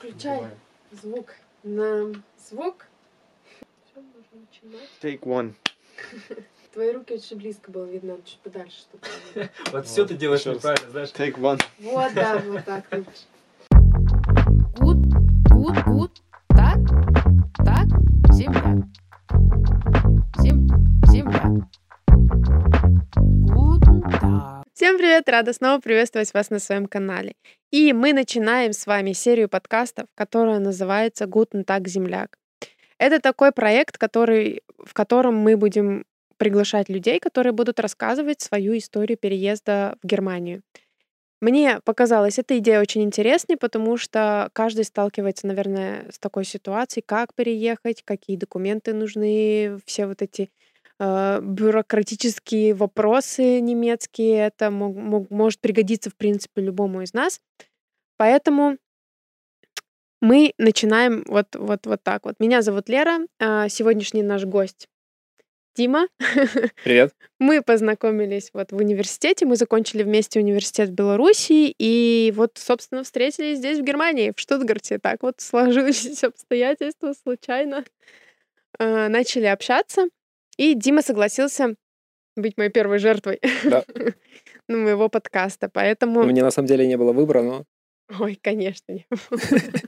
Включай звук на звук. Все, можно начинать. Take one. Твои руки очень близко было видно, чуть подальше, чтобы... Вот все ты делаешь неправильно, знаешь. Take one. Вот, да, вот так лучше. Гуд. Так, земля. Земля. Гутен. Всем привет! Рада снова приветствовать вас на своем канале. И мы начинаем с вами серию подкастов, которая называется «Guten Tag, земляк». Это такой проект, в котором мы будем приглашать людей, которые будут рассказывать свою историю переезда в Германию. Мне показалась эта идея очень интересной, потому что каждый сталкивается, наверное, с такой ситуацией, как переехать, какие документы нужны, все вот эти бюрократические вопросы немецкие. Это может пригодиться, в принципе, любому из нас. Поэтому мы начинаем вот так вот. Меня зовут Лера, сегодняшний наш гость Дима. Привет. Мы познакомились вот в университете, мы закончили вместе университет в Беларуси, и вот, собственно, встретились здесь, в Германии, в Штутгарте. Так вот сложились обстоятельства случайно. Начали общаться, и Дима согласился быть моей первой жертвой. Да. Моего подкаста, поэтому... Мне на самом деле не было выбора, но... Ой, конечно, не было.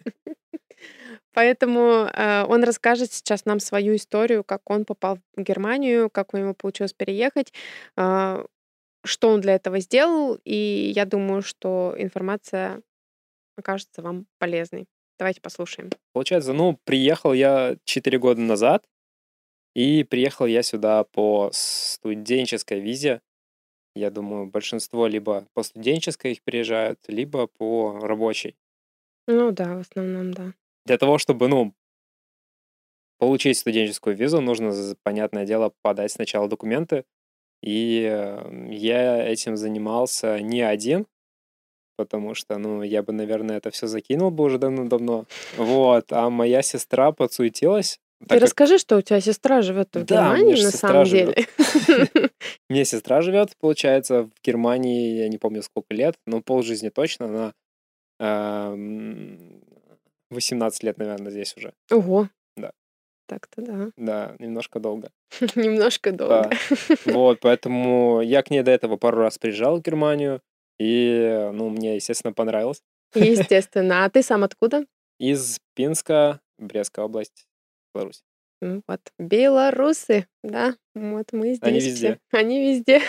Поэтому он расскажет сейчас нам свою историю, как он попал в Германию, как у него получилось переехать, что он для этого сделал, и я думаю, что информация окажется вам полезной. Давайте послушаем. Получается, приехал я 4 года назад, и приехал я сюда по студенческой визе. Я думаю, большинство либо по студенческой их приезжают, либо по рабочей. Ну да, в основном, да. Для того, чтобы, получить студенческую визу, нужно, понятное дело, подать сначала документы. И я этим занимался не один, потому что, я бы, наверное, это все закинул бы уже давно-давно. Вот, а моя сестра подсуетилась. Ты расскажи, что у тебя сестра живет в Германии на самом деле. У меня сестра живет, получается, в Германии, я не помню сколько лет, но полжизни точно, она 18 лет, наверное, здесь уже. Ого. Да. Так-то да. Да, немножко долго. Немножко долго. Да. Вот, поэтому я к ней до этого пару раз приезжал в Германию, и, мне, естественно, понравилось. Естественно. А ты сам откуда? Из Пинска, Брестская область, Беларусь. Вот, белорусы, да, вот мы здесь. Они везде. Все. Они везде.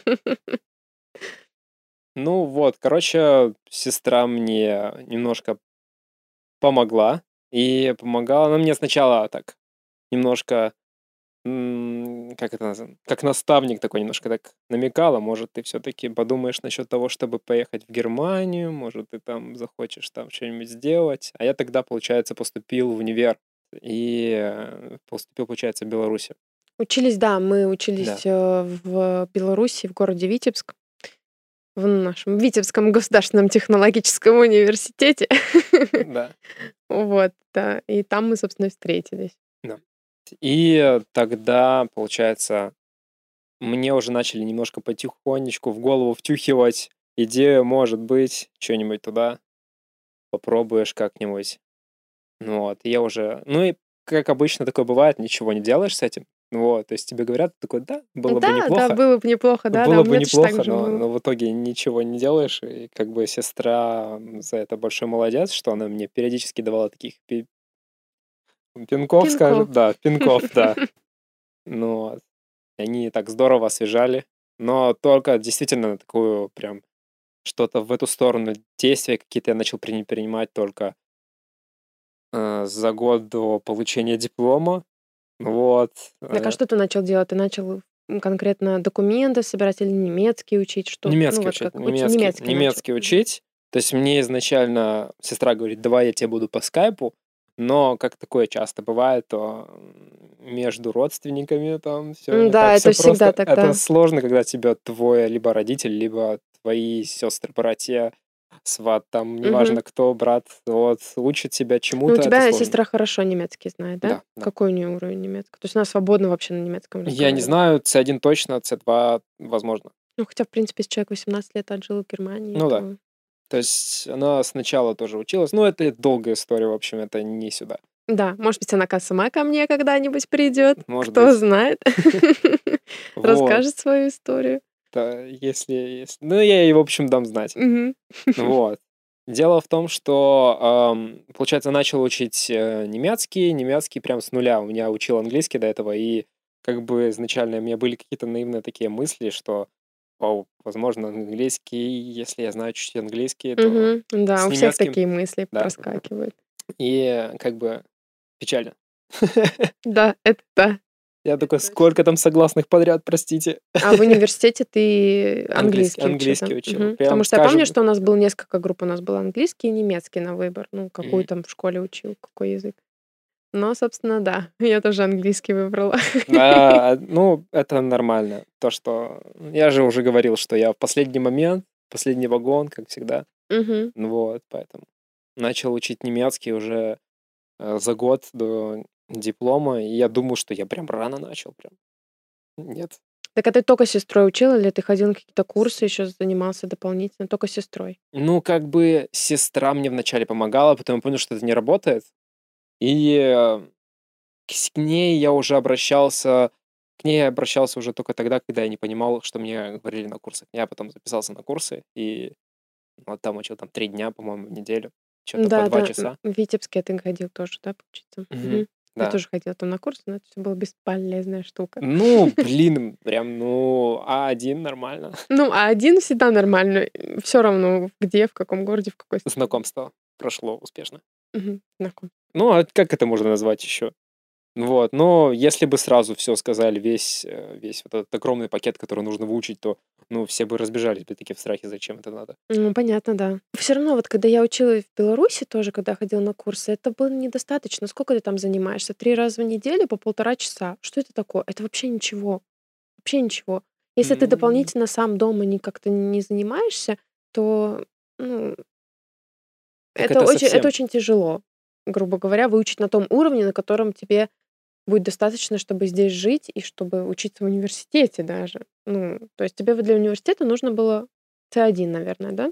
Короче, сестра мне немножко помогла, и помогала она мне сначала так немножко, как это называется, как наставник такой немножко так намекала, может, ты все-таки подумаешь насчет того, чтобы поехать в Германию, может, ты там захочешь там что-нибудь сделать. А я тогда, получается, поступил в универ и поступил, получается, в Беларуси. Учились, да, мы учились в Беларуси, в городе Витебск, в нашем Витебском государственном технологическом университете. Да. Вот, да, и там мы, собственно, встретились. Да. И тогда, получается, мне уже начали немножко потихонечку в голову втюхивать идею, может быть, что-нибудь туда попробуешь как-нибудь. И я уже... и как обычно такое бывает, ничего не делаешь с этим. То есть тебе говорят, ты такой, да, было бы неплохо. Да, было бы неплохо, да. Было да, бы у меня тоже так неплохо, же было. но в итоге ничего не делаешь. И как бы сестра за это большой молодец, что она мне периодически давала таких пинков, скажем. Да, пинков, да. Они так здорово освежали. Но только действительно такую прям что-то в эту сторону действия какие-то я начал принимать только за год до получения диплома. Так, а что ты начал делать? Ты начал конкретно документы собирать или немецкий учить? Что? Немецкий учить. Немецкий учить. То есть мне изначально сестра говорит, давай я тебе буду по скайпу, но как такое часто бывает, то между родственниками там все не Да, так это всё всегда просто. так, да. Это сложно, когда тебя твой либо родитель, либо твои сестры, братья, сват, там, неважно кто, брат, учит тебя чему-то. У это тебя сложно. сестра хорошо немецкий знает, да? Да. Какой у нее уровень немецкого? То есть она свободно вообще на немецком Я разговаривает? не знаю, C1 точно, C2 возможно. Хотя, в принципе, если человек 18 лет отжил в Германии, Ну то... да. То есть она сначала тоже училась. Ну, это долгая история, в общем, это не сюда. Да, может быть, она сама ко мне когда-нибудь придет. Может Кто быть. знает. Вот. Расскажет свою историю. Да, если... Ну, я ей, в общем, дам знать. Мгм. Вот. Дело в том, что, получается, начал учить немецкий прям с нуля. У меня учил английский до этого, и как бы изначально у меня были какие-то наивные такие мысли, что, вау, возможно, английский, если я знаю чуть-чуть английский, то Мгм. Да, с у всех немецким, такие мысли да. проскакивают. И как бы печально. Да, это да. Я такой, точно. сколько там согласных подряд, простите. А в университете ты Английский, английский учил, английский да? учил. Мгм. Прям Потому что я помню, скажем, что у нас было несколько групп. У нас был английский и немецкий на выбор. Ну, какую там в школе учил, какой язык. Но, собственно, да, я тоже английский выбрала. да, ну, это нормально. То, что я же уже говорил, что я в последний момент, последний вагон, как всегда. Мгм. Ну вот, поэтому начал учить немецкий уже за год до диплома, и я думаю, что я прям рано начал, прям. Нет. Так а ты только с сестрой учил или ты ходил на какие-то курсы, еще занимался дополнительно? Только с сестрой. Ну, как бы сестра мне вначале помогала, потом я понял, что это не работает. И к ней я уже обращался, к ней я обращался уже только тогда, когда я не понимал, что мне говорили на курсах. Я потом записался на курсы, и вот там учил там 3 дня, по-моему, в неделю, что-то по Да, 2 да, часа. в Витебске ты ходил тоже, да, поучиться? Мгм. Я Да. тоже ходила там на курсы, но это все была бесполезная штука. Ну, блин, прям, ну, А1 нормально. Ну, а один всегда нормально. Все равно, где, в каком городе, в какой стране. Знакомство прошло успешно. Знаком. Ну, а как это можно назвать еще? Вот, но если бы сразу все сказали, весь вот этот огромный пакет, который нужно выучить, то, ну, все бы разбежались бы такие в страхе, зачем это надо. Ну, понятно, да. Все равно, вот когда я училась в Беларуси тоже, когда ходила на курсы, это было недостаточно. Сколько ты там занимаешься? 3 раза в неделю по 1,5 часа. Что это такое? Это вообще ничего. Вообще ничего. Если ты Ну, дополнительно сам дома как-то не занимаешься, то, ну, так это это совсем. очень тяжело, грубо говоря, выучить на том уровне, на котором тебе будет достаточно, чтобы здесь жить и чтобы учиться в университете даже. Ну, то есть тебе для университета нужно было C1, наверное, да?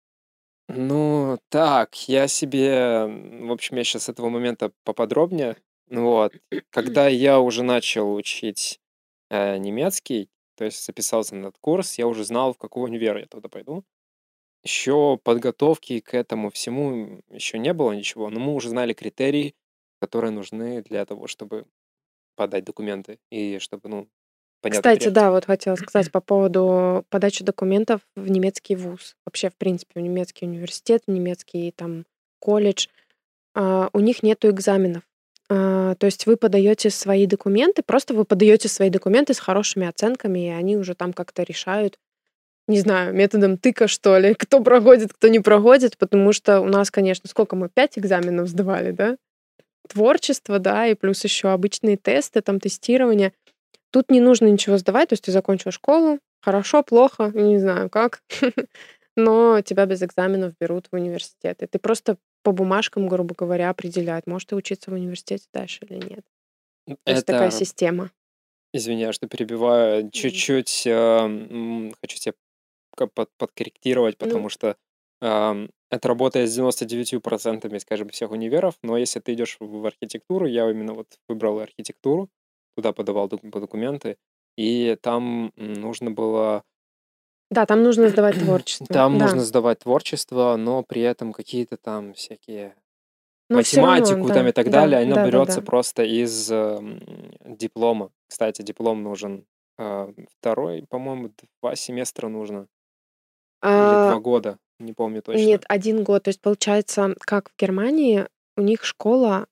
Ну, так, я себе, в общем, я сейчас с этого момента поподробнее. Ну вот, когда я уже начал учить немецкий, то есть записался на этот курс, я уже знал, в какой универ я туда пойду. Еще подготовки к этому всему еще не было ничего, но мы уже знали критерии, которые нужны для того, чтобы подать документы и чтобы, ну, понятно, Кстати, приехать. да, вот хотела сказать по поводу подачи документов в немецкий вуз. Вообще, в принципе, в немецкий университет, в немецкий там колледж. У них нету экзаменов. То есть вы подаете свои документы, просто вы подаете свои документы с хорошими оценками, и они уже там как-то решают, не знаю, методом тыка, что ли, кто проходит, кто не проходит, потому что у нас, конечно, сколько мы, 5 экзаменов сдавали, да? Творчество, да, и плюс еще обычные тесты, там, тестирование. Тут не нужно ничего сдавать, то есть ты закончил школу, хорошо, плохо, не знаю как, но тебя без экзаменов берут в университет. И ты просто по бумажкам, грубо говоря, определяют, можешь ты учиться в университете дальше или нет. То есть такая Это, система. извиняюсь, что перебиваю, чуть-чуть хочу тебя подкорректировать, Ну, потому что это работает с 99%, скажем, всех универов, но если ты идешь в архитектуру, я именно вот выбрал архитектуру, туда подавал документы, и там нужно было, да, там нужно сдавать творчество. там Да. нужно сдавать творчество, но при этом какие-то там всякие Но все равно, математику там и да, так да, далее, она да, да, берется да. просто из диплома. Кстати, диплом нужен второй, по-моему, 2 семестра нужно. Или А, 2 года, не помню точно. нет, 1 год. То есть получается, как в Германии, у них школа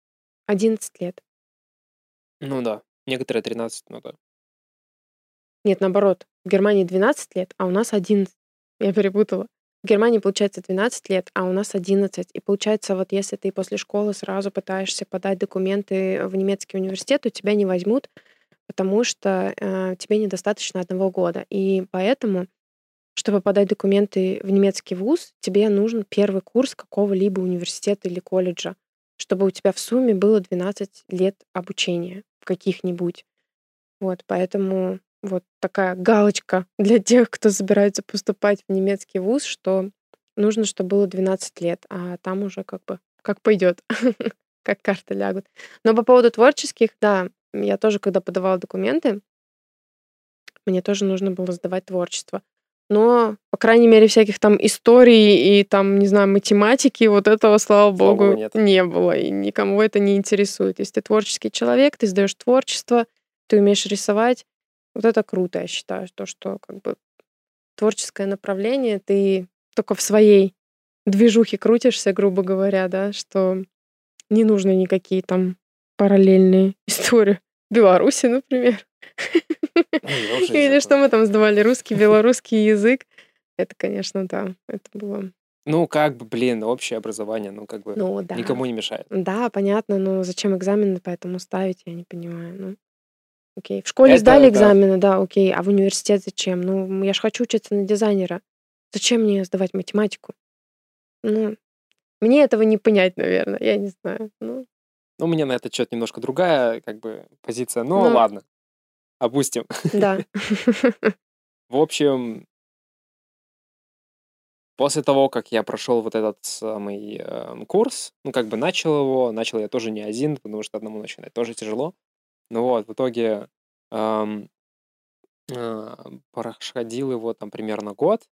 11 лет. Ну да, некоторые 13, ну да. Нет, наоборот. В Германии 12 лет, а у нас 11. Я перепутала. В Германии, получается, 12 лет, а у нас 11. И получается, вот если ты после школы сразу пытаешься подать документы в немецкий университет, то тебя не возьмут, потому что тебе недостаточно 1 года. И поэтому, чтобы подать документы в немецкий вуз, тебе нужен первый курс какого-либо университета или колледжа, чтобы у тебя в сумме было 12 лет обучения в каких-нибудь. Вот, поэтому вот такая галочка для тех, кто собирается поступать в немецкий вуз, что нужно, чтобы было 12 лет, а там уже как бы как пойдет, как карты лягут. Но по поводу творческих, да, я тоже, когда подавала документы, мне тоже нужно было сдавать творчество. Но, по крайней мере, всяких там историй и там, не знаю, математики, вот этого, слава Слава богу, богу, нет. не было. И никому это не интересует. Если ты творческий человек, ты сдаешь творчество, ты умеешь рисовать, вот это круто, я считаю, то, что как бы творческое направление, ты только в своей движухе крутишься, грубо говоря, да, что не нужно никакие там параллельные истории. Беларуси, например. Ну, я уже из Или что этого. мы там сдавали? Русский, белорусский язык. Это, конечно, да, это было... Ну, как бы, блин, общее образование, ну, как бы, Ну, да. никому не мешает. Да, понятно, но зачем экзамены поэтому ставить, я не понимаю. Ну, окей. В школе Это, сдали да. экзамены, да, окей. А в университет зачем? Ну, я ж хочу учиться на дизайнера. Зачем мне сдавать математику? Ну, мне этого не понять, наверное. Я не знаю. Ну, Ну, у меня на этот счет немножко другая, как бы, позиция. Но ну, ладно, опустим. да. В общем, после того, как я прошел вот этот самый курс, ну, как бы начал я тоже не один, потому что одному начинать тоже тяжело. Ну вот, в итоге ам, проходил его там примерно год,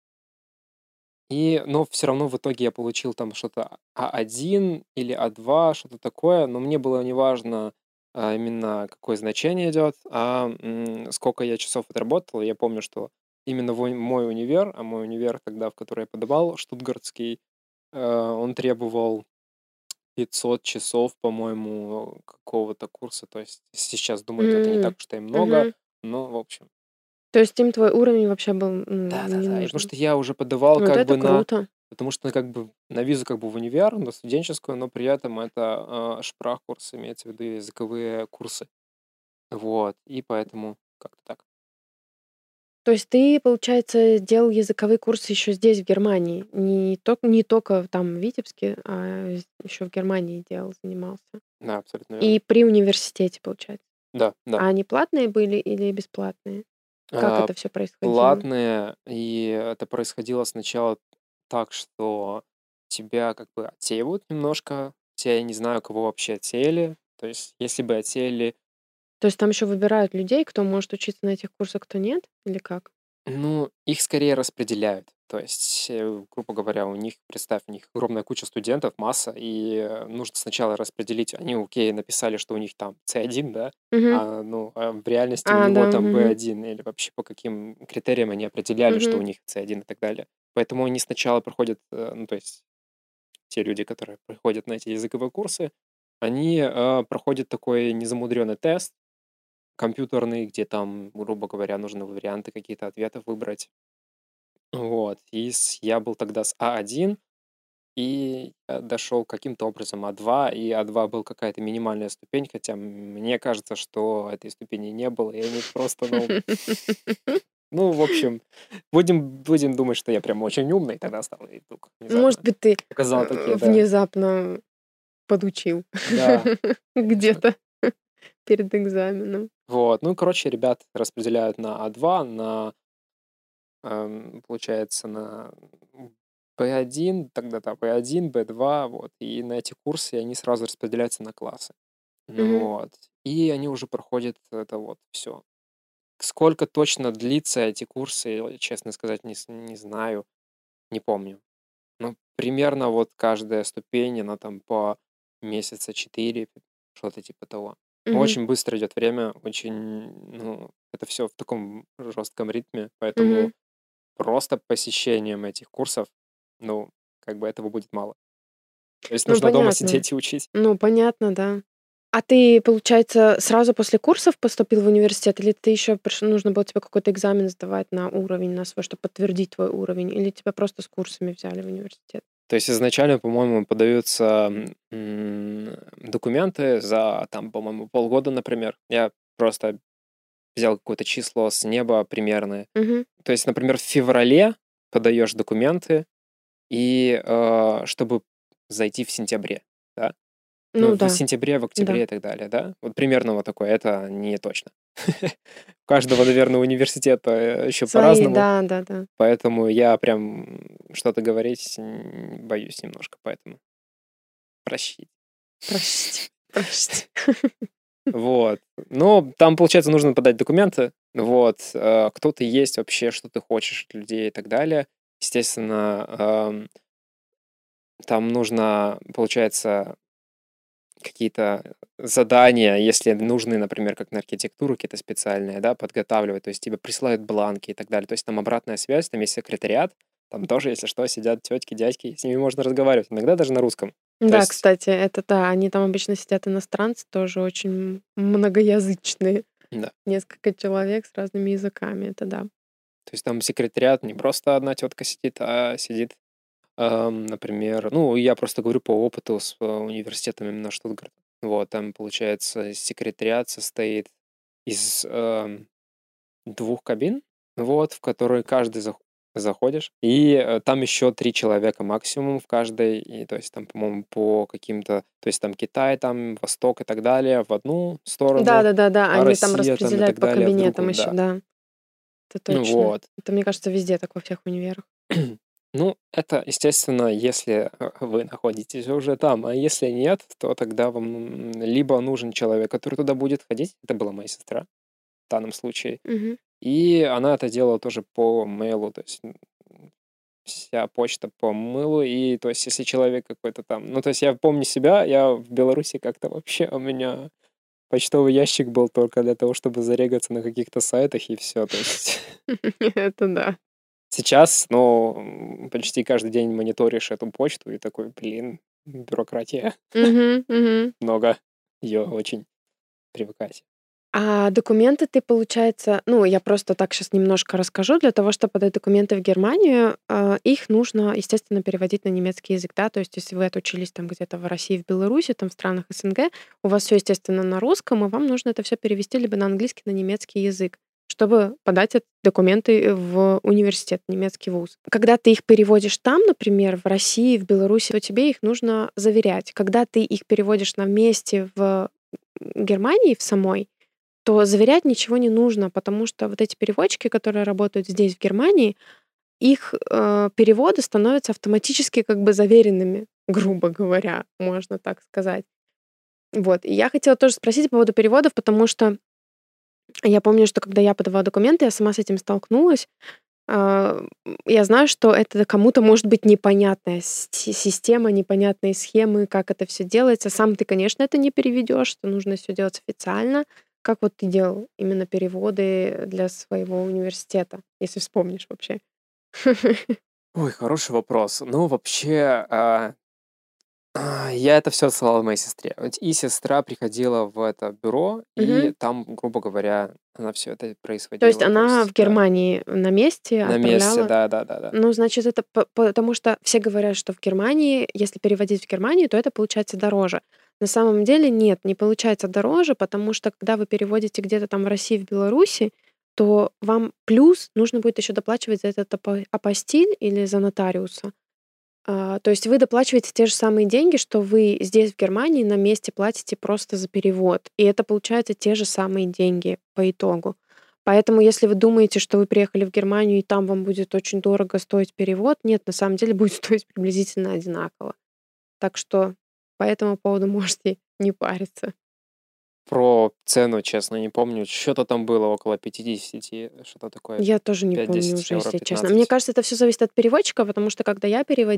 но все равно в итоге я получил там что-то А1 или А2, что-то такое, но мне было неважно именно какое значение идет, сколько я часов отработал. Я помню, что именно мой универ, а мой универ тогда, в который я подавал, штутгартский, он требовал 500 часов, по-моему, какого-то курса. То есть сейчас думаю, это не так М, уж и много, мгм. но в общем. То есть им твой уровень вообще был, не Да-да-да. И потому нужен. что я уже подавал Вот как это бы круто. потому что как бы на визу как бы в универ, на студенческую, но при этом это шпрахкурс, имеется в виду языковые курсы. Вот. И поэтому как-то так. То есть ты, получается, делал языковые курсы еще здесь, в Германии? Не только там в Витебске, а еще в Германии делал, занимался? Да, абсолютно верно. И при университете, получается? Да, да. А они платные были или бесплатные? Как А, это все происходило? Платные, и это происходило сначала так, что тебя как бы отсеивают немножко. Я не знаю, кого вообще отсеяли. То есть, если бы отсеяли. То есть там еще выбирают людей, кто может учиться на этих курсах, кто нет? Или как? Ну, их скорее распределяют. То есть, грубо говоря, представь, у них огромная куча студентов, масса, и нужно сначала распределить. Они, окей, написали, что у них там C1, да, Мгм. а в реальности у А, него да. там Мгм. B1, или вообще по каким критериям они определяли, что у Мгм. них C1 и так далее. Поэтому они сначала проходят, ну, то есть те люди, которые приходят на эти языковые курсы, они проходят такой незамудренный тест компьютерный, где там, грубо говоря, нужно варианты какие-то ответов выбрать. Вот, я был тогда с А1, и дошел каким-то образом А2, и А2 был какая-то минимальная ступень, хотя мне кажется, что этой ступени не было, и они просто, ну, в общем, будем думать, что я прям очень умный тогда стал, и вдруг Может внезапно быть, ты показал такие, да. внезапно подучил Да, конечно. где-то перед экзаменом. Вот, ну, короче, ребят распределяют на А2, получается, на B1, тогда да, B1, B2, вот, и на эти курсы они сразу распределяются на классы. Ну Мгм. вот, и они уже проходят это вот все. Сколько точно длится эти курсы, честно сказать, не знаю, не помню. Ну, примерно вот каждая ступень, она там по месяца 4, что-то типа того. Мгм. Очень быстро идет время, очень, ну, это все в таком жестком ритме, поэтому Мгм. просто посещением этих курсов, ну, как бы этого будет мало. То есть Ну, нужно дома понятно. сидеть и учить. Ну, понятно, да. А ты, получается, сразу после курсов поступил в университет, или ты еще нужно было тебе какой-то экзамен сдавать на уровень, на свой, чтобы подтвердить твой уровень, или тебя просто с курсами взяли в университет? То есть изначально, по-моему, подаются документы за, там, по-моему, полгода, например. Я просто взял какое-то число с неба примерное. Мгм. То есть, например, в феврале подаешь документы, и чтобы зайти в сентябре, да? Ну, Ну в да, сентябре, в октябре да. и так далее, да? Вот примерно вот такое, это не точно. У каждого, наверное, университета еще Свои, по-разному, да. поэтому я прям что-то говорить боюсь немножко, поэтому прощите. Простите. Вот. Но там, получается, нужно подать документы. Вот. Кто ты есть вообще, что ты хочешь от людей и так далее. Естественно, там нужно, получается, какие-то задания, если нужны, например, как на архитектуру какие-то специальные, да, подготавливать. То есть тебе присылают бланки и так далее. То есть там обратная связь, там есть секретариат. Там тоже, если что, сидят тетки, дядьки, с ними можно разговаривать. Иногда даже на русском. То Да, есть, кстати, это да, они там обычно сидят иностранцы, тоже очень многоязычные. да. Несколько человек с разными языками, это да. То есть там секретариат не просто одна тетка сидит, а сидит, например, ну, я просто говорю по опыту с университетом именно Штутгарта. Вот, там, получается, секретариат состоит из 2 кабин, вот, в которые каждый заходишь, и там еще 3 человека максимум в каждой, и то есть там, по-моему, по каким-то, то есть там Китай, там Восток и так далее в одну сторону, Да, а они там Россия там и распределяют так по далее в кабинетам другую, еще, да. да. Это точно. Вот. Это, мне кажется, везде так, во всех универах. Ну, это, естественно, если вы находитесь уже там, а если нет, то тогда вам либо нужен человек, который туда будет ходить, это была моя сестра в данном случае, Мгм. и она это делала тоже по мейлу, то есть вся почта по мылу, и то есть если человек какой-то там, ну то есть я помню себя, я в Беларуси как-то вообще у меня почтовый ящик был только для того, чтобы зарегаться на каких-то сайтах и все, то есть Это да. сейчас, ну, почти каждый день мониторишь эту почту и такой, блин, бюрократия, Мгм. много ее очень, привыкать. А документы ты, получается, ну, я просто так сейчас немножко расскажу. Для того, чтобы подать документы в Германию, их нужно, естественно, переводить на немецкий язык, да. То есть если вы отучились там где-то в России, в Беларуси, там в странах СНГ, у вас все, естественно, на русском, и вам нужно это все перевести либо на английский, на немецкий язык, чтобы подать документы в университет, в немецкий вуз. Когда ты их переводишь там, например, в России, в Беларуси, то тебе их нужно заверять. Когда ты их переводишь на месте в Германии в самой, то заверять ничего не нужно, потому что вот эти переводчики, которые работают здесь, в Германии, их переводы становятся автоматически как бы заверенными, грубо говоря, можно так сказать. Вот. И я хотела тоже спросить по поводу переводов, потому что я помню, что когда я подавала документы, я сама с этим столкнулась. А, Я знаю, что это кому-то может быть непонятная система, непонятные схемы, как это все делается. Сам ты, конечно, это не переведешь, что нужно все делать официально. Как вот ты делал именно переводы для своего университета, если вспомнишь вообще? Ой, хороший вопрос. Ну, вообще, я это все отсылал моей сестре. И сестра приходила в это бюро, и Мгм. там, грубо говоря, она все это То есть происходила. То она в есть, да, Германии на месте на месте, отправляла? да-да-да-да. Ну, значит, это потому что все говорят, что в Германии, если переводить в Германию, то это получается дороже. На самом деле нет, не получается дороже, потому что когда вы переводите где-то там в России, в Беларуси, то вам плюс нужно будет еще доплачивать за этот апостиль или за нотариуса. То есть вы доплачиваете те же самые деньги, что вы здесь, в Германии, на месте платите просто за перевод. И это получается те же самые деньги по итогу. Поэтому, если вы думаете, что вы приехали в Германию, и там вам будет очень дорого стоить перевод, нет, на самом деле будет стоить приблизительно одинаково. Так что по этому поводу можете не париться. Про цену, честно, не помню. Что-то там было около 50, что-то такое. Я тоже не помню 5-10 уже, евро, если честно. Мне 15. кажется, это все зависит от переводчика, потому что когда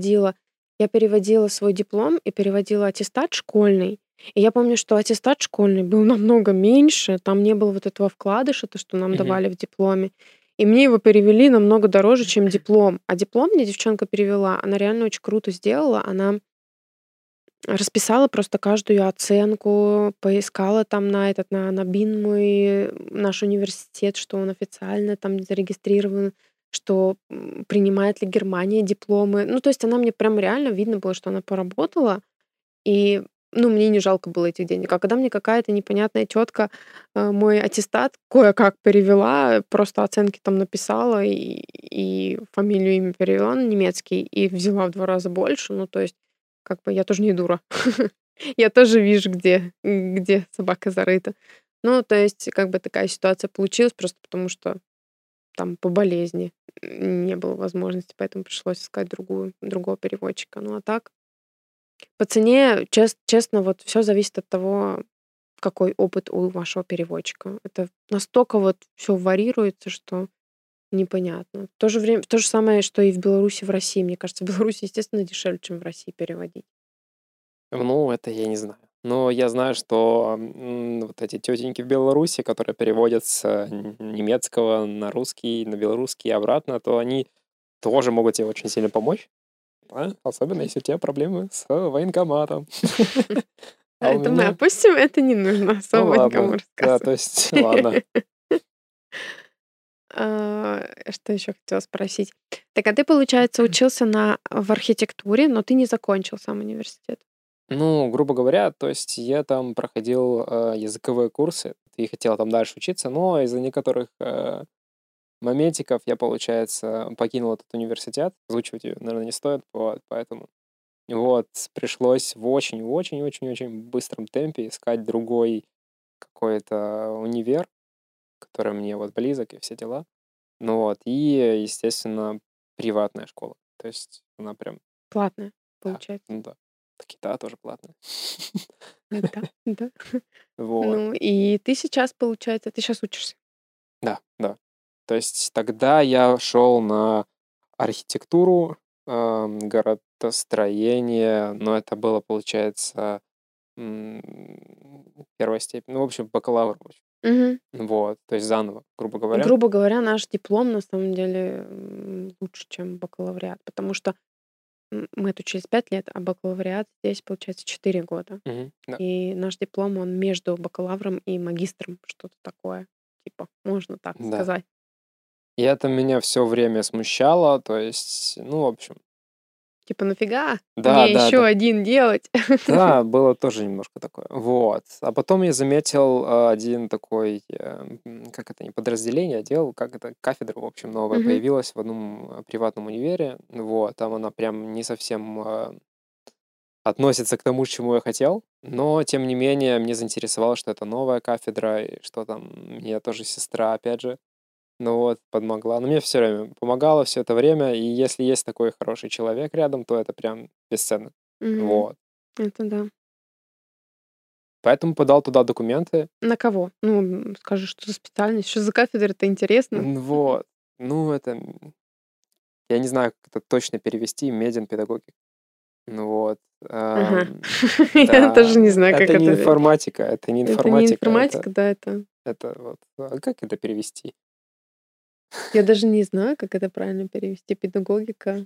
я переводила свой диплом и переводила аттестат школьный. И я помню, что аттестат школьный был намного меньше, там не было вот этого вкладыша, то, что нам Мгм. давали в дипломе. И мне его перевели намного дороже, чем диплом. А диплом мне девчонка перевела, она реально очень круто сделала. Она расписала просто каждую оценку, поискала там на БИН мой, наш университет, что он официально там зарегистрирован, что принимает ли Германия дипломы. Ну, то есть она мне прям реально видно было, что она поработала, и, ну, мне не жалко было этих денег. А когда мне какая-то непонятная тетка мой аттестат кое-как перевела, просто оценки там написала и фамилию, имя перевела на немецкий и взяла в 2 раза больше, ну, то есть как бы я тоже не дура. Я тоже вижу, где собака зарыта. Ну, то есть, как бы такая ситуация получилась просто потому, что там по болезни не было возможности, поэтому пришлось искать другого переводчика. Ну, а так, по цене, честно, вот все зависит от того, какой опыт у вашего переводчика. Это настолько вот все варьируется, что непонятно. В то же время, то же самое, что и в Беларуси, в России. Мне кажется, в Беларуси, естественно, дешевле, чем в России переводить. Ну, это я не знаю. Но я знаю, что вот эти тетеньки в Беларуси, которые переводят с немецкого на русский, на белорусский и обратно, то они тоже могут тебе очень сильно помочь. Да? Особенно, если у тебя проблемы с военкоматом. А у Это мы меня... опустим, это не нужно Ну особо никому ладно. Да, то рассказывать. есть, ладно. Что еще хотела спросить? Так, а ты, получается, учился в архитектуре, но ты не закончил сам университет. Ну, грубо говоря, то есть я там проходил языковые курсы и хотел там дальше учиться, но из-за некоторых моментиков я, получается, покинул этот университет. Озвучивать ее, наверное, не стоит, вот, поэтому вот пришлось в очень-очень-очень-очень быстром темпе искать другой какой-то универ, который мне вот близок и все дела. Ну вот, и, естественно, приватная школа. То есть она прям, Платное, да, получается. ну да. Таки да, тоже платная. Да, да. Вот. Ну, и ты сейчас, получается, ты сейчас учишься. Да, да. То есть тогда я шел на архитектуру, городостроение, но это было, получается, м, первая степень. Ну, в общем, бакалавр. Мгм. Вот, то есть заново, грубо говоря. Грубо говоря, наш диплом на самом деле лучше, чем бакалавриат, потому что мы отучились 5 лет, а бакалавриат здесь, получается, 4 года. Да. И наш диплом, он между бакалавром и магистром, что-то такое. Типа, можно так Да. сказать. И это меня все время смущало, то есть, ну, в общем, Типа, нафига да, мне да, еще да. один делать? Да, было тоже немножко такое. Вот. А потом я заметил один такой, как это, не подразделение, отдел, как это, кафедра, в общем, новая Мгм. появилась в одном приватном универе. Вот, там она прям не совсем относится к тому, к чему я хотел, но, тем не менее, мне заинтересовало, что это новая кафедра, и что там мне тоже сестра, опять же, ну вот, подмогла. Но мне все время помогала все это время, и если есть такой хороший человек рядом, то это прям бесценно. Мгм. Вот. Это да. Поэтому подал туда документы. На кого? Ну, скажи, что за специальность, что за кафедра, это интересно. Вот. Ну, это, я не знаю, как это точно перевести, медиан-педагогика. Ну вот. Ага. Я тоже Да, не знаю, как это не это. информатика, это не Это не информатика, информатика, да, это. это вот, как это перевести? Я даже не знаю, как это правильно перевести. Педагогика.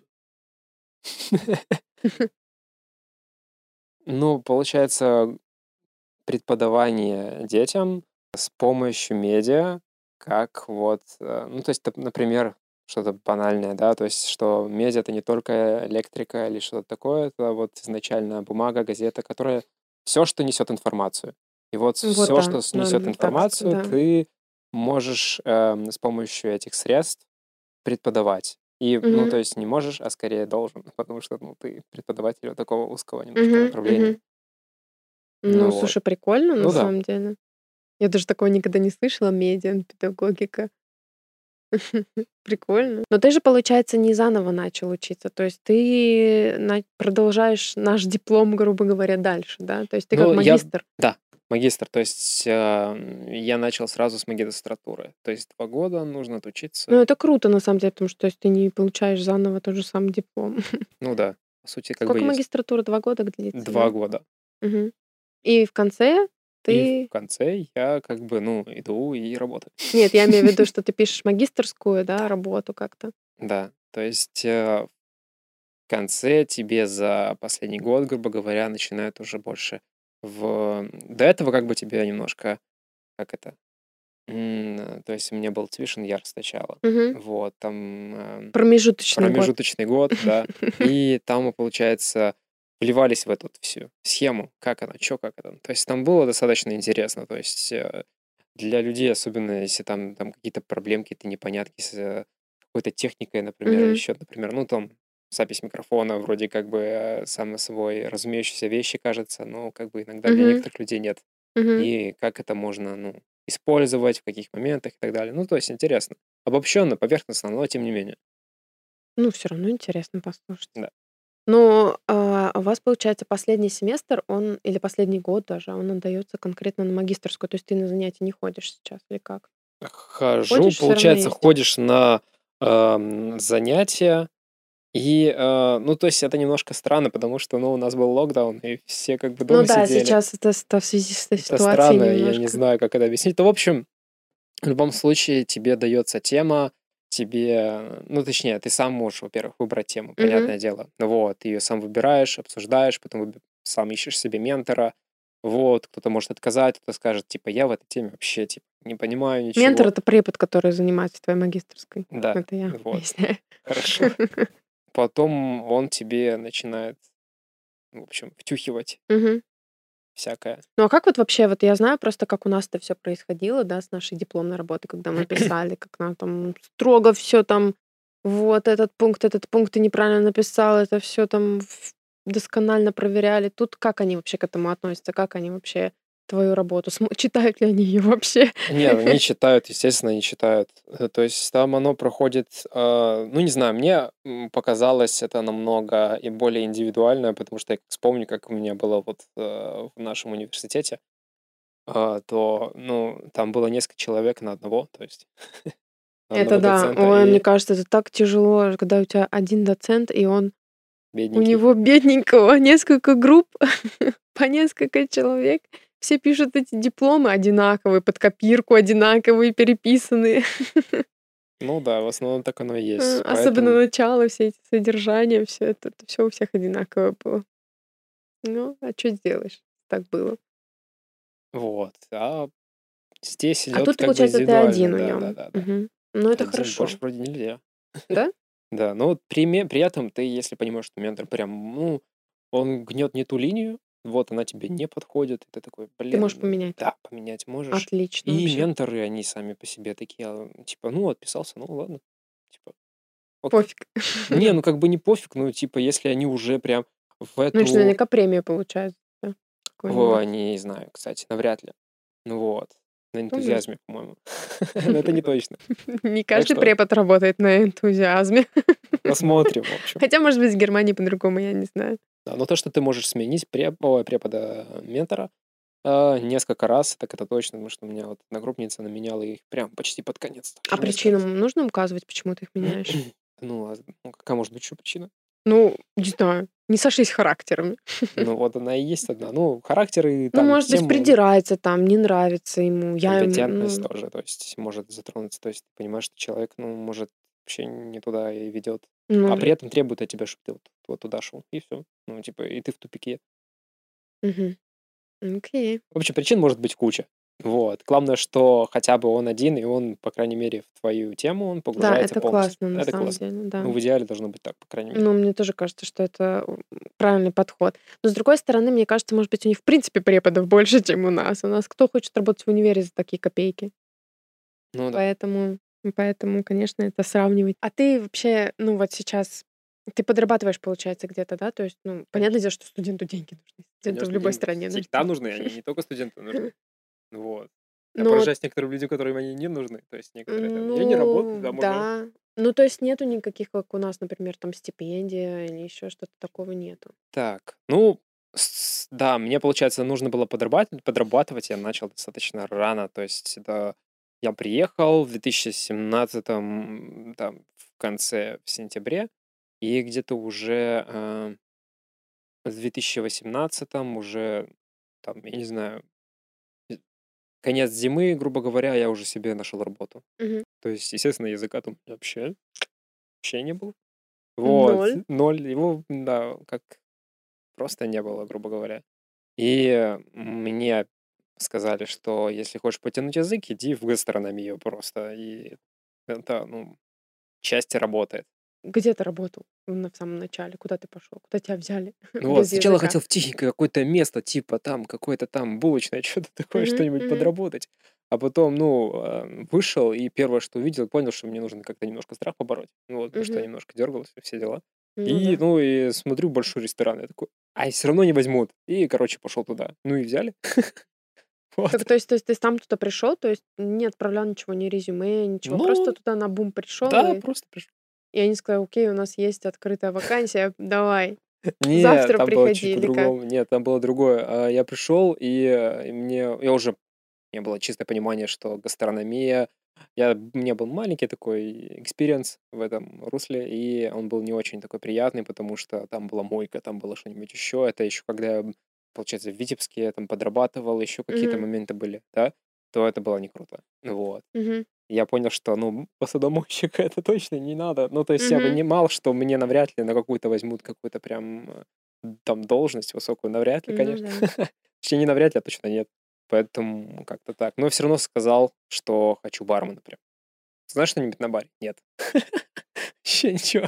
Ну, получается, преподавание детям с помощью медиа, как вот, ну, то есть, например, что-то банальное, да, то есть, что медиа это не только электрика или что-то такое, это вот изначально бумага, газета, которая все, что несет информацию. И вот Вот, все, да, что несет надо так сказать, информацию, да. ты можешь с помощью этих средств преподавать. И, ну, Мгм. то есть не можешь, а скорее должен, потому что, ну, ты преподаватель вот такого узкого немножко Мгм. направления. Мгм. Ну, Ну вот. слушай, прикольно на Ну да. самом деле. Я даже такого никогда не слышала. Медиа, педагогика. Прикольно. Но ты же, получается, не заново начал учиться. То есть ты продолжаешь наш диплом, грубо говоря, дальше, да? То есть ты как Ну, я, магистр. да, магистр, то есть я начал сразу с магистратуры. То есть 2 года нужно Ну, отучиться. это круто, на самом деле, потому что то есть ты не получаешь заново тот же самый диплом. Ну да, по сути, как бы Сколько есть. магистратура? 2 года длится, два да? года. Мгм. И в конце И в ты конце я как бы, ну, иду и работаю. Нет, я имею в виду, что ты пишешь магистерскую, да, Да, работу как-то. да. То есть в конце тебе за последний год, грубо говоря, начинают уже больше До этого как бы тебе немножко, как это, то есть у меня был tuition year сначала. Мгм. Вот, там Промежуточный год. промежуточный год, да. И там мы, получается, вливались в эту вот всю схему, как она, чё, как это. То есть там было достаточно интересно. То есть для людей, особенно если там какие-то проблемки, какие-то непонятки с какой-то техникой, например, или Мгм. еще, например, ну там запись микрофона вроде как бы само собой разумеющиеся вещи, кажется, но как бы иногда для Мгм. некоторых людей нет. Мгм. И как это можно, ну, использовать, в каких моментах и так далее. Ну, то есть интересно. Обобщенно, поверхностно, но тем не менее. Ну, все равно интересно послушать. Да. Но у вас, получается, последний семестр, он или последний год даже, он отдается конкретно на магистерскую, то есть ты на занятия не ходишь сейчас или как? Хожу, Ходишь, все равно получается, есть. ходишь на занятия, и, ну, то есть это немножко странно, потому что, ну, у нас был локдаун, и все как бы Ну дома да, сидели. сейчас это в связи с этой Это ситуацией странно, я не немножко. знаю, как это объяснить. Но, в общем, в любом случае тебе дается тема, тебе, ну, точнее, ты сам можешь, во-первых, выбрать тему, Мгм. понятное дело. Вот, ты ее сам выбираешь, обсуждаешь, потом сам ищешь себе ментора. Вот, кто-то может отказать, кто-то скажет, типа, я в этой теме вообще, типа, не понимаю Ментор — ничего. это препод, который занимается в твоей магистерской. Да, Это я вот, поясняю. хорошо. Потом он тебе начинает, в общем, втюхивать Мгм. всякое. Ну а как вот вообще, вот я знаю просто, как у нас это все происходило, да, с нашей дипломной работой, когда мы писали, как нам там строго все там, вот этот пункт ты неправильно написал, это все там досконально проверяли. Тут как они вообще к этому относятся, как они вообще твою работу, читают ли они ее вообще? Нет, они читают, естественно, они читают. То есть там оно проходит, ну, не знаю, мне показалось это намного и более индивидуально, потому что я вспомню, как у меня было вот в нашем университете, то, ну, там было несколько человек на одного, то есть на Это одного да. доцента, Ой, мне и кажется, это так тяжело, когда у тебя один доцент, и у бедненький. него бедненького несколько групп, по несколько человек. Все пишут эти дипломы одинаковые, под копирку одинаковые, переписанные. Ну да, в основном так оно и есть. Особенно Поэтому начало, все эти содержания, все это все у всех одинаковое было. Ну, а что сделаешь? Так было. вот. А здесь А идет тут, как бы получается, ты индивидуально, один в да, да, нем. да, да. Ну, это Один больше хорошо. вроде нельзя. Да? Да, но вот при этом ты, если понимаешь, что ментор прям, ну, он гнет не ту линию, вот она тебе не подходит, и ты такой, Ты можешь блин, поменять. да, поменять можешь. Отлично И вообще. менторы, они сами по себе такие, типа, ну, отписался, ну, ладно, типа, ок. Пофиг. Не, ну, как бы не пофиг, ну, типа, если они уже прям в Ну, если эту... наверняка премия получают. Да, какую-нибудь. Не знаю, кстати, навряд ли. Ну, вот, на Ну, может. энтузиазме, по-моему. Но это не точно. Не Так каждый что препод работает на энтузиазме. посмотрим, в общем. Хотя, может быть, в Германии по-другому, я не знаю. Да, но то, что ты можешь сменить препода-ментора несколько раз, так это точно, потому что у меня вот одногруппница, она меняла их прям почти под конец. А Тоже несколько причину раз. нужно указывать, почему ты их меняешь? Ну, какая может быть еще причина? Ну, не знаю, не сошлись характерами. Ну, вот она и есть одна. Ну, характер и Ну, там может быть, тему, придирается там, не нравится ему. компетентность тоже, то есть может затронуться. То есть ты понимаешь, что человек, ну, может, вообще не туда и ведет. А ну, при этом требует от тебя, чтобы ты вот туда шел. И все. Ну, типа, и ты в тупике. мгм. Окей. В общем, причин может быть куча. Вот. Главное, что хотя бы он один, и он, по крайней мере, в твою тему, он Да, погружается это полностью. классно, на Это самом классно. деле, да. Ну, в идеале должно быть так, по крайней мере. Ну, мне тоже кажется, что это правильный подход. Но, с другой стороны, мне кажется, может быть, у них в принципе преподов больше, чем у нас. У нас кто хочет работать в универе за такие копейки? Ну да. Поэтому, конечно, это сравнивать. А ты вообще, ну, вот сейчас ты подрабатываешь, получается, где-то, да? То есть, ну, понятное дело, что студенту деньги нужны. Студенту в Конечно, любой деньги стране нужны. всегда нужны, они не только студентам нужны. Вот. Я Ну, поражаюсь некоторым людям, которым они не нужны. То есть некоторые там, я не работаю, да, можно... да. Ну, то есть нету никаких, как у нас, например, там стипендия или еще что-то такого нету. Так, ну, да, мне, получается, нужно было подрабатывать, я начал достаточно рано, то есть это я приехал в 2017 там, в конце, в сентябре, и где-то уже в 2018 уже, там, я не знаю, э, конец зимы, грубо говоря, я уже себе нашел работу. Мгм. То есть, естественно, языка там вообще не было. Вот, 0. ноль, его, да, как просто не было, грубо говоря. И мне сказали, что если хочешь потянуть язык, иди в гастрономию просто. И это, ну, часть работает. Где ты работал в самом начале? Куда ты пошел? Куда тебя взяли Ну вот, без сначала языка? хотел в тихенькое какое-то место, типа там какое-то там булочное, что-то такое, Мгм, что-нибудь мгм, подработать. А потом, ну, вышел, и первое, что увидел, понял, что мне нужно как-то немножко страх побороть. Ну вот, потому что я мгм. немножко дергался, все дела. Ну И, да. ну, и смотрю большой ресторан, я такой, ай, все равно не возьмут. И, короче, пошел туда. Ну и взяли. Вот. Так, то есть ты сам туда пришел, то есть не отправлял ничего, ни резюме, ничего, просто Ну, туда на бум пришел, да, и просто пришел. они сказали: "Окей, у нас есть открытая вакансия, давай, Не, завтра там было чуть приходи", или как? по-другому. Нет, там было другое. Я пришел, и я уже у меня было чистое понимание, что гастрономия. У меня был маленький такой экспириенс в этом русле, и он был не очень такой приятный, потому что там была мойка, там было что-нибудь еще. Это еще когда я, получается, в Витебске я там подрабатывал, еще какие-то Мгм, моменты были, да, то это было не круто. Вот. мгм, Я понял, что, ну, посудомойщика это точно не надо. Ну, то есть я мгм. понимал, что мне навряд ли на какую-то возьмут какую-то прям там должность высокую, навряд ли, Ну конечно. да. Точнее, не навряд ли, а точно нет. Поэтому как-то так. Но все равно сказал, что хочу бармена прям. Знаешь что-нибудь на баре? Нет. Вообще ничего.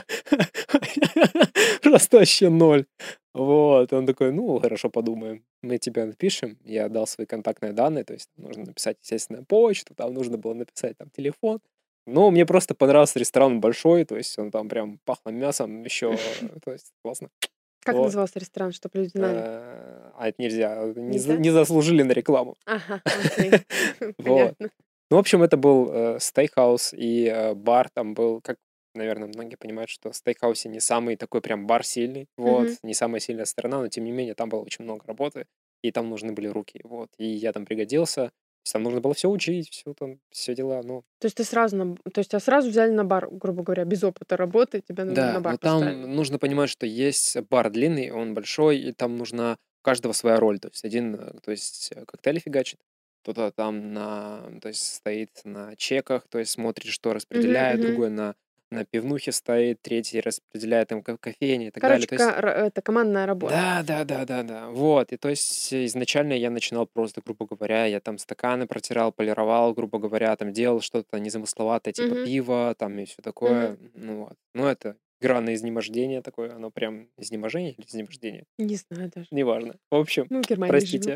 Просто вообще ноль. Вот. Он такой, ну, хорошо, подумаем. Мы тебя напишем. Я дал свои контактные данные, то есть нужно написать, естественно, почту, там нужно было написать там телефон. Ну, мне просто понравился ресторан большой, то есть он там прям пахло мясом еще, то есть классно. Как Вот. назывался ресторан, чтобы люди знали? А это нельзя, Нельзя? не заслужили на рекламу. Ага, окей, Вот. понятно. Ну, в общем, это был стейкхаус, и бар там был, как, наверное, многие понимают, что в стейкхаусе не самый такой прям бар сильный, вот, Мгм. не самая сильная сторона, но тем не менее там было очень много работы, и там нужны были руки, вот, и я там пригодился, то есть там нужно было все учить, все там, все дела, ну, То есть ты сразу то есть тебя сразу взяли на бар, грубо говоря, без опыта работы, тебя на да, бар но поставили? там нужно понимать, что есть бар длинный, он большой, и там нужна у каждого своя роль. То есть один, то есть коктейли фигачит, кто-то там то есть стоит на чеках, то есть смотрит, что Мгм, распределяет, мгм. другой на пивнухе стоит, третий распределяет там кофейни и так далее. Короче, То есть это командная работа. да, да, да, да, да. Вот. И то есть изначально я начинал просто, грубо говоря, я там стаканы протирал, полировал, грубо говоря, там делал что-то незамысловатое, типа Мгм, пива, там и все мгм. такое. Ну вот. Ну это игра на изнемождение такое, оно прям изнеможение или изнемождение? Не знаю даже. Неважно. В общем, Мы в Германии живем. простите.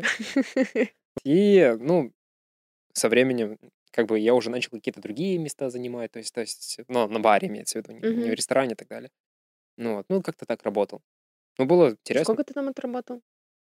И, ну, со временем, как бы я уже начал какие-то другие места занимать, то есть, ну, на баре имеется в виду, не в Мгм. ресторане и так далее. Ну вот, ну, как-то так работал. Ну, было И интересно. сколько ты там отработал?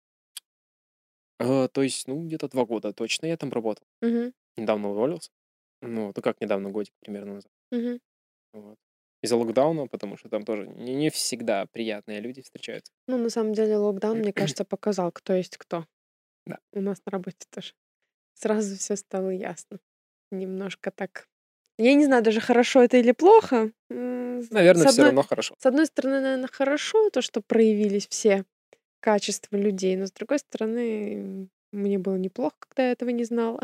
То есть, ну, где-то 2 года точно я там работал. Мгм, Недавно уволился. Ну как недавно, годик примерно назад. мгм. Вот. Из-за локдауна, потому что там тоже не всегда приятные люди встречаются. Ну, на самом деле, локдаун, мне кажется, показал, кто есть кто. Да. У нас на работе тоже. Сразу все стало ясно. Немножко так. Я не знаю даже, хорошо это или плохо. Наверное, все равно хорошо. С одной стороны, наверное, хорошо то, что проявились все качества людей, но с другой стороны, мне было неплохо, когда я этого не знала.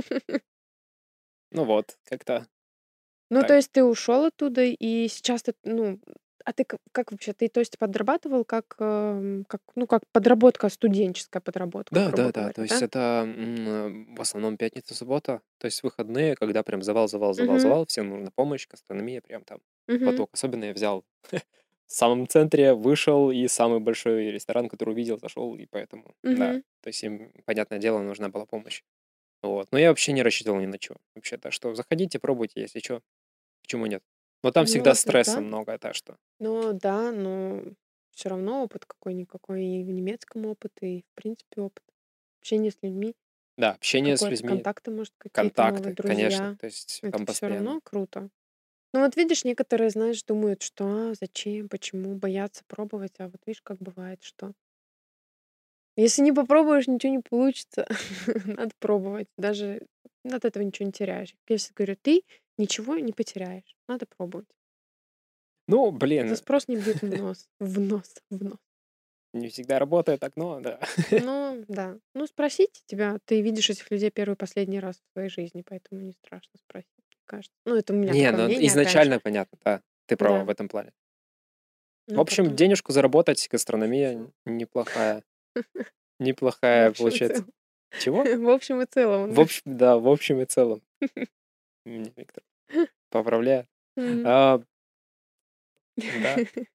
Ну вот, как-то Ну, то так. есть ты ушел оттуда, и сейчас ты, ну, а ты как вообще? Ты, то есть, подрабатывал ну, как подработка, студенческая подработка, Да, грубо да, да. говоря, То есть да? это в основном пятница, суббота. То есть выходные, когда прям завал, завал, завал, Мгм, завал, всем нужна помощь, гастрономия, прям там мгм. поток. Особенно я взял в самом центре, вышел, и самый большой ресторан, который увидел, зашел, и поэтому, да. Мгм. То есть им, понятное дело, нужна была помощь. Вот. Но я вообще не рассчитывал ни на чё. Вообще, так что заходите, пробуйте, если чё. Почему нет? Но там Ну, всегда вот, стресса да. много, так что. Ну да, но все равно опыт какой-никакой, и в немецком опыт, и в принципе опыт. Общение с людьми, Да, общение с какой-то людьми, контакты, может, какие-то новые, контакты, конечно. друзья. То есть Это там все постоянно. равно круто. Ну вот видишь, некоторые, знаешь, думают, что: зачем, почему, боятся пробовать". А вот видишь, как бывает, что если не попробуешь, ничего не получится. Надо пробовать. Даже от этого ничего не теряешь. Я всегда говорю: "Ты ничего не потеряешь. Надо пробовать". Ну, За блин, спрос не бьют в нос. В нос, в нос. не всегда работает так, но да. Ну да. Ну, спросить тебя. Ты видишь этих людей первый и последний раз в своей жизни, поэтому не страшно спросить, мне кажется. Ну, это у меня Не, такое ну мнение, опять же. изначально понятно, да. Ты права в Да. этом плане. В Ну, общем, потом денежку заработать, гастрономия неплохая. в Неплохая общем и получается. целом. Чего? В общем и целом, В да. общем, да, в общем и целом. Меня Виктор поправляет. Мгм. А, да.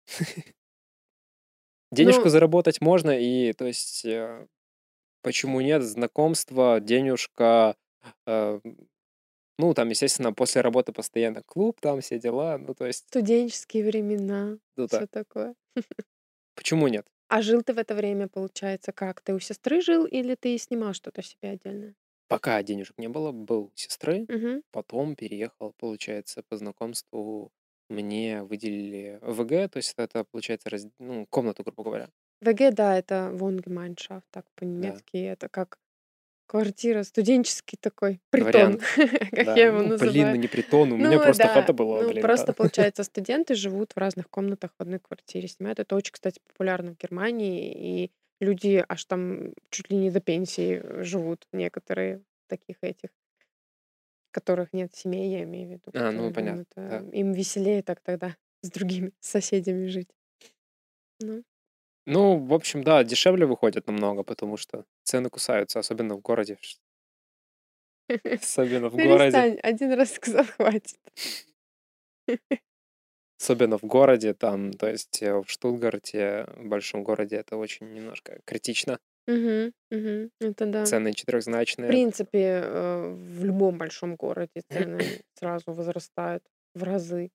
Денежку Ну, заработать можно, и то есть почему нет? Знакомство, денежка, э, ну, там, естественно, после работы постоянно клуб, там все дела. Ну, то есть, студенческие времена, ну да, все такое. почему нет? А жил ты в это время, получается, как? Ты у сестры жил или ты снимал что-то себе отдельно? пока денежек не было, был у сестры, Мгм. потом переехал, получается, по знакомству мне выделили ВГ, то есть это, получается, ну, комнату, грубо говоря. ВГ, да, это Wohngemeinschaft, так Да, по-немецки. Это как квартира, студенческий такой притон, вариант. как Да, я его ну, блин, ну называю. не притон, у меня Ну просто да, хата была, ну блин, да. просто, получается, студенты живут в разных комнатах в одной квартире, снимают. Это очень, кстати, популярно в Германии, и люди аж там чуть ли не до пенсии живут, некоторые в таких этих, которых нет семей, я имею в виду, Ну, которые понятно, думают, да. им веселее так тогда с другими соседями жить. Ну. Ну, в общем, да, дешевле выходит намного, потому что цены кусаются, особенно в городе. Особенно в городе. Перестань, один раз сказал, хватит. Особенно в городе там, то есть в Штутгарте, в большом городе, это очень немножко критично. Мгм, мгм. Это да. Цены В четырехзначные. принципе, в любом большом городе цены сразу возрастают в разы.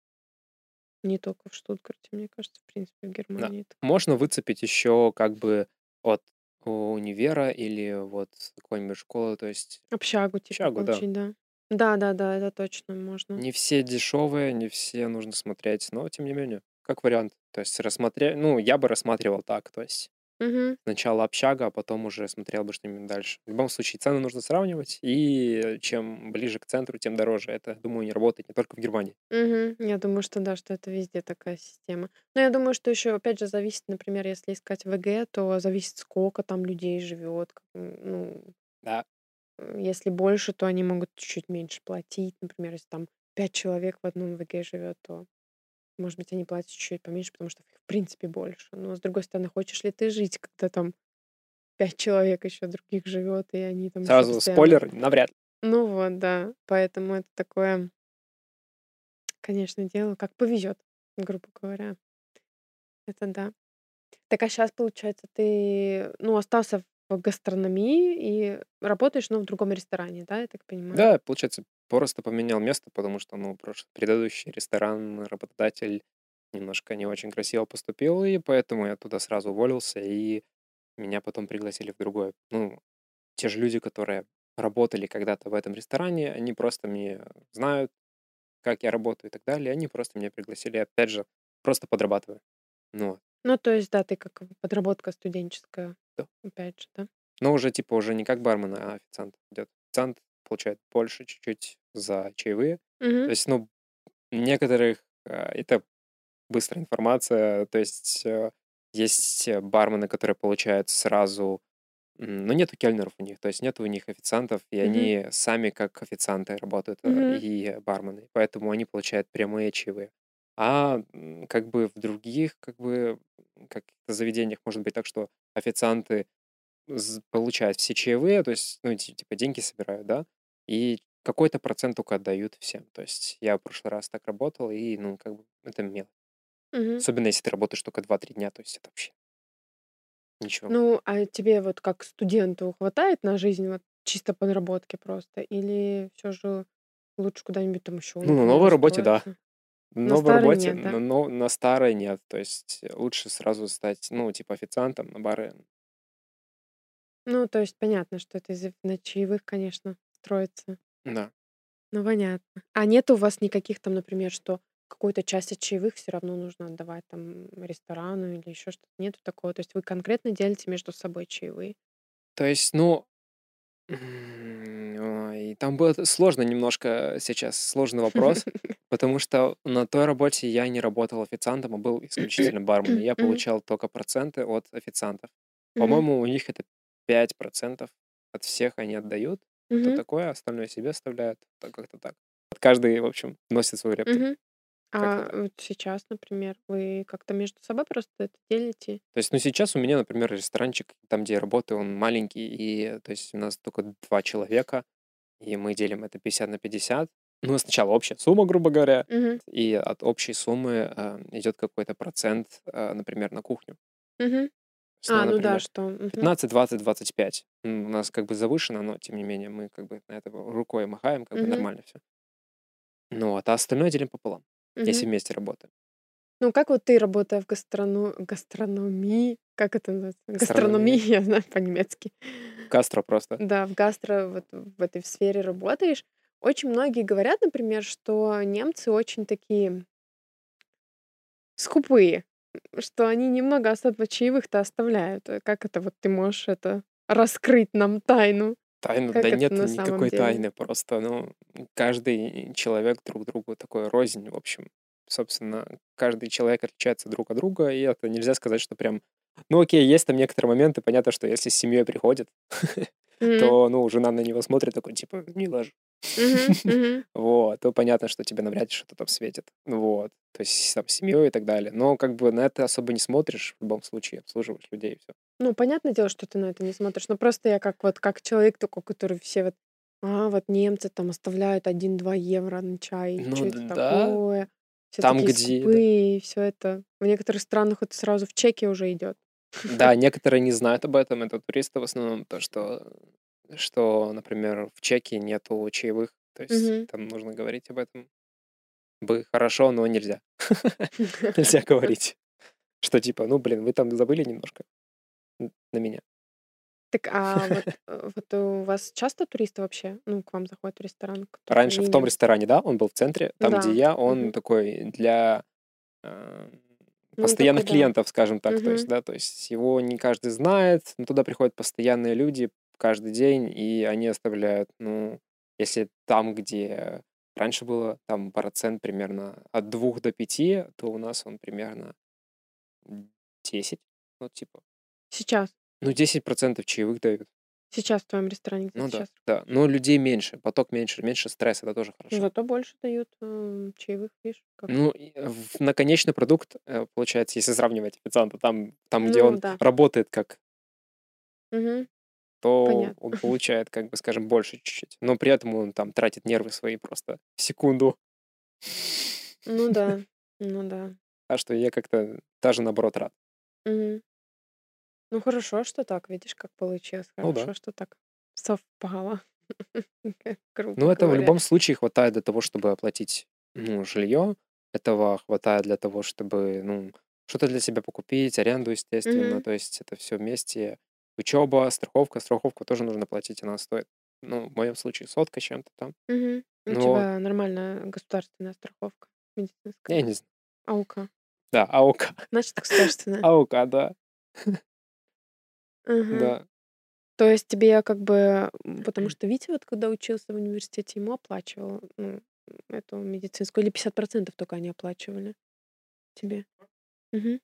Не только в Штутгарте, мне кажется, в принципе, в Да. Германии так. Можно выцепить еще как бы от универа или вот какой-нибудь школы, то есть Общагу типа общагу, да. получить, да. Да-да-да, это точно можно. Не все дешевые, не все нужно смотреть, но тем не менее, как вариант. То есть рассмотреть, ну, я бы рассматривал так, то есть Мгм, сначала общага, а потом уже смотрел бы что-нибудь дальше. В любом случае, цены нужно сравнивать, и чем ближе к центру, тем дороже. Это, думаю, не работает не только в Германии. мгм. Я думаю, что да, что это везде такая система. Но я думаю, что еще, опять же, зависит, например, если искать ВГ, то зависит, сколько там людей живет. Ну, Да. если больше, то они могут чуть-чуть меньше платить. Например, если там 5 человек в одном ВГ живет, то, может быть, они платят чуть-чуть поменьше, потому что их в принципе больше. Но, с другой стороны, хочешь ли ты жить, когда там 5 человек еще других живет, и они там еще Сразу постоянно. спойлер, навряд ли. Ну вот, да. Поэтому это такое, конечно, дело, как повезет, грубо говоря. Это да. Так а сейчас, получается, ты, ну, остался в гастрономии и работаешь, но в другом ресторане, да, я так понимаю? Да, получается, просто поменял место, потому что, ну, предыдущий ресторан, работодатель немножко не очень красиво поступил, и поэтому я туда сразу уволился, и меня потом пригласили в другой. Ну, те же люди, которые работали когда-то в этом ресторане, они просто мне знают, как я работаю и так далее. Они просто меня пригласили, опять же, просто подрабатываю. Ну, вот, Ну, то есть, да, ты как подработка студенческая, да. опять же, да? Но уже типа уже не как бармен, а официант идет. Официант получает больше чуть-чуть за чаевые. То Мгм. есть, ну, некоторых это быстрая информация. То есть есть бармены, которые получают сразу, но нету кельнеров у них, то есть нету у них официантов, и Мгм. они сами как официанты работают, Мгм. и бармены, поэтому они получают прямые чаевые. А как бы в других, как бы, каких-то заведениях может быть так, что официанты получают все чаевые, то есть, ну, типа деньги собирают, да, и какой-то процент только отдают всем. То есть я в прошлый раз так работал, и, ну, как бы это мелочь. Мгм. Особенно если ты работаешь только 2-3 дня, то есть это вообще ничего. Ну, а тебе вот как студенту хватает на жизнь вот чисто подработки просто? Или все же лучше куда-нибудь там еще, Ну, на например, новой работе, да. устроиться? На На новой старой работе, нет, да? на старой нет. То есть лучше сразу стать, ну, типа официантом на бары. Ну, то есть понятно, что это из на чаевых, конечно, строится. Да. Ну, понятно. А нет у вас никаких там, например, что какую-то часть от чаевых все равно нужно отдавать там ресторану или еще что-то? Нету такого? То есть вы конкретно делите между собой чаевые? То есть, ну, ой, там было сложно немножко сейчас, сложный вопрос, потому что на той работе я не работал официантом, а был исключительно барменом. Я Мгм. получал только проценты от официантов. Мгм. По-моему, у них это 5% от всех они отдают. Это Мгм. такое, остальное себе оставляют. Так как-то так. Вот каждый, в общем, вносит свою репту. Мгм. Как-то А так. вот сейчас, например, вы как-то между собой просто это делите? То есть, ну, сейчас у меня, например, ресторанчик, там, где я работаю, он маленький, и, то есть, у нас только 2 человека, и мы делим это 50/50. Ну, сначала общая сумма, грубо говоря, Мгм. и от общей суммы идет какой-то процент, например, на кухню. Мгм. То есть, ну, А, ну да, например, что. Мгм. 15, 20, 25. У нас как бы завышено, но тем не менее мы как бы на это рукой махаем, как бы Мгм. нормально все. Ну вот, а остальное делим пополам, если Мгм. вместе работаем. Ну, как вот ты, работая в гастрономии, как это называется? Гастрономии, Гастрономия. я знаю по-немецки. Гастро просто. Да, в гастро, вот в этой сфере работаешь. Очень многие говорят, например, что немцы очень такие скупые, что они немного особо чаевых-то оставляют. Как это вот ты можешь это раскрыть нам тайну? Тайна, да Как это нет на самом никакой деле? тайны, просто, ну, каждый человек друг другу такой рознь, в общем. Собственно, каждый человек отличается друг от друга, и это нельзя сказать, что прям... Ну, окей, есть там некоторые моменты, понятно, что если с семьей приходит, Мгм. то, ну, жена на него смотрит такой, типа, не ложь. Мгм. Мгм. Вот, то понятно, что тебе навряд ли что-то там светит. Вот, то есть там с семьей и так далее. Но как бы на это особо не смотришь, в любом случае обслуживаешь людей и все. Ну, понятное дело, что ты на это не смотришь, но просто я как вот как человек такой, который все вот, вот немцы там оставляют 1-2 евро на чай, Ну что это да, такое? Все там такие где, да. скупые, и все это. В некоторых странах это сразу в чеке уже идет. Да, некоторые не знают об этом, это туристы в основном, то, что, например, в чеке нету чаевых, то есть Мгм. там нужно говорить об этом. Бы хорошо, но нельзя. Нельзя говорить, что типа, ну, блин, вы там забыли немножко на меня. Так, а вот у вас часто туристы вообще, ну, к вам заходят в ресторан, которые Раньше в не том немцы? ресторане, да, он был в центре, там, где Да. я, он Мгм. такой для э, Ну, он такой, постоянных да. клиентов, скажем так, то есть, Мгм. да, то есть его не каждый знает, но туда приходят постоянные люди каждый день, и они оставляют, ну, если там, где раньше было, там процент примерно от 2 до 5, то у нас он примерно 10, ну, типа, Сейчас. ну, 10% чаевых дают. Сейчас в твоем ресторане, где Ну ты да, сейчас. да, но людей меньше, поток меньше, меньше стресса, это тоже хорошо. Зато больше дают чаевых, видишь, как. Ну, на конечный продукт, получается, если сравнивать официанта там, где Ну, он да. работает как, Мгм. то Понятно. он получает, как бы, скажем, больше чуть-чуть. Но при этом он там тратит нервы свои просто в секунду. Ну да, ну да. А что я как-то даже наоборот рад. Мгм. Ну, хорошо, что так, видишь, как получилось. Ну да. Хорошо, что так совпало, грубо Ну, это в говоря. любом случае хватает для того, чтобы оплатить, ну, жилье. Этого хватает для того, чтобы, ну, что-то для себя покупить, аренду, естественно. Мгм. То есть это все вместе. Учеба, страховка. Страховку тоже нужно платить, она стоит, ну, в моем случае, сотка чем-то там. Мгм. У Но тебя нормальная государственная страховка медицинская. я не знаю. АУК. Да, АОК. Значит, государственная. АОК, да. Мгм. Да. То есть тебе как бы, потому что Витя вот когда учился в университете, ему оплачивал, ну, эту медицинскую, или 50% только они оплачивали тебе? Мгм.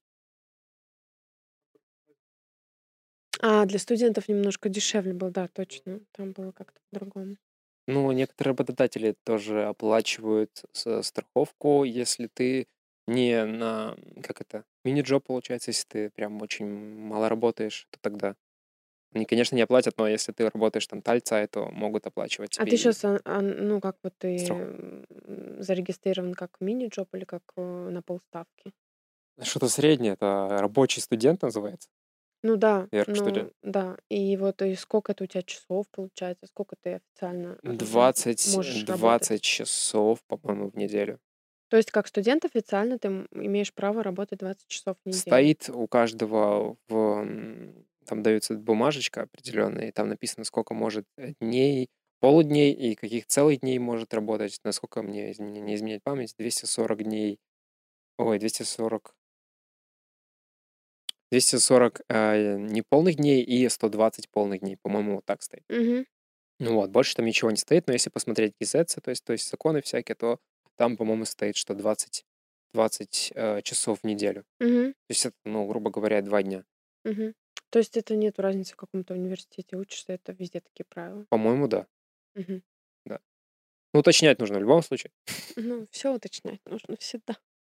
А, для студентов немножко дешевле был, да, точно. Там было как-то по-другому. Ну, некоторые работодатели тоже оплачивают страховку, если ты не на, как это, мини-джоб, получается, если ты прям очень мало работаешь, то тогда они, конечно, не оплатят, но если ты работаешь там тальцай, то могут оплачивать А тебе ты и сейчас, ну, как вот ты страховку. зарегистрирован как мини-джоб или как на полставки? Что-то среднее, это рабочий студент называется, Ну да, вверх, что ли. ну да. И вот и сколько это у тебя часов получается, сколько ты официально 20, можешь работать? 20 часов, по-моему, в неделю. То есть как студент официально ты имеешь право работать 20 часов в неделю. Стоит у каждого там дается бумажечка определенная, и там написано, сколько может дней, полудней и каких целых дней может работать. Насколько мне не изменять память, 240 дней, ой, 240 неполных дней и 120 полных дней, по-моему, вот так стоит. Мгм. Ну вот, больше там ничего не стоит, но если посмотреть гизецы, то есть законы всякие, то там, по-моему, стоит, что 20 часов в неделю. Мгм. То есть это, ну, грубо говоря, 2 дня. Мгм. То есть это нет разницы, в каком то университете учишься, это везде такие правила. По-моему, да. Мгм. Да. Ну, уточнять нужно в любом случае. Ну, все уточнять нужно всегда.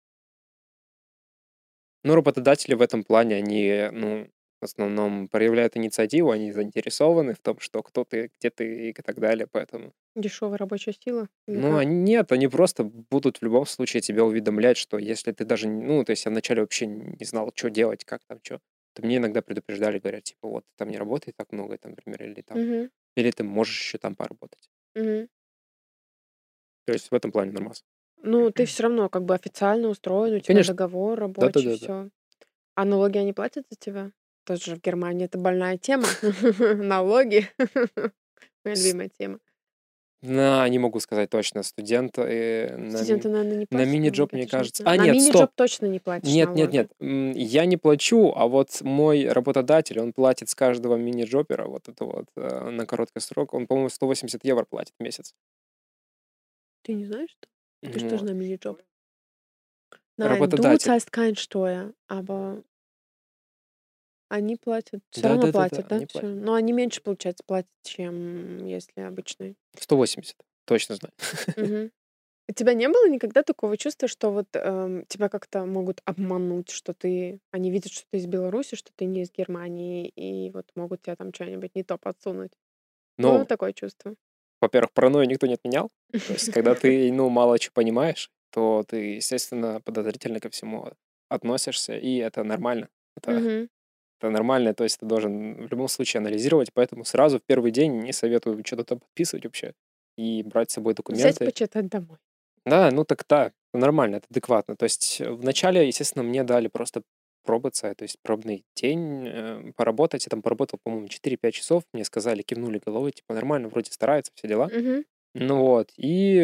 Но работодатели в этом плане, они, ну, в основном проявляют инициативу, они заинтересованы в том, что кто ты, где ты и так далее, поэтому... Дешевая рабочая сила или Ну, как? нет, они просто будут в любом случае тебя уведомлять, что если ты даже, ну, то есть я вначале вообще не знал, что делать, как там, что, то мне иногда предупреждали, говорят, типа, вот, там не работает так много, там, например, Мгм. или ты можешь еще там поработать. Мгм. То есть в этом плане нормас. Ну, ты все равно как бы официально устроен, у тебя Конечно, договор рабочий, да-да-да-да. все. А налоги они платят за тебя? Тоже в Германии это больная тема. Налоги. Моя С любимая тема. Не могу сказать точно. Студент, Студенты, наверное, не на платят мини-джоб, налоги, мне это же не кажется. знаю. На Нет, мини-джоб стоп! точно не платишь Нет, нет, налоги. нет. Я не плачу, а вот мой работодатель, он платит с каждого мини-джопера, вот это вот, на короткий срок, он, по-моему, 180 евро платит в месяц. Ты не знаешь, что? Du bist тоже Вот. на мини-джоб. Nein, du Работодатель. zahlst keine Steuer, aber они платят, все равно Да-да-да-да, платят, да? они Всё. платят. Но они меньше, получается, платят, чем если обычные. 180, точно знаю. Мгм. У тебя не было никогда такого чувства, что вот, тебя как-то могут обмануть, что они видят, что ты из Беларуси, что ты не из Германии, и вот могут тебе там чё нибудь не то подсунуть? Было Ну, такое чувство? во-первых, паранойю никто не отменял. То есть, когда ты, мало чё понимаешь, то ты, естественно, подозрительно ко всему относишься, и это нормально. Это Мгм. это нормально, то есть ты должен в любом случае анализировать, поэтому сразу в первый день не советую что-то там подписывать вообще и брать с собой Взять, документы. почитать домой. Да, ну так да, нормально, это адекватно. То есть вначале, естественно, мне дали просто пробоваться, то есть пробный день, поработать. Я там поработал, по-моему, 4-5 часов. Мне сказали, кивнули головой, типа нормально, вроде старается, все дела. Мгм. Ну вот, и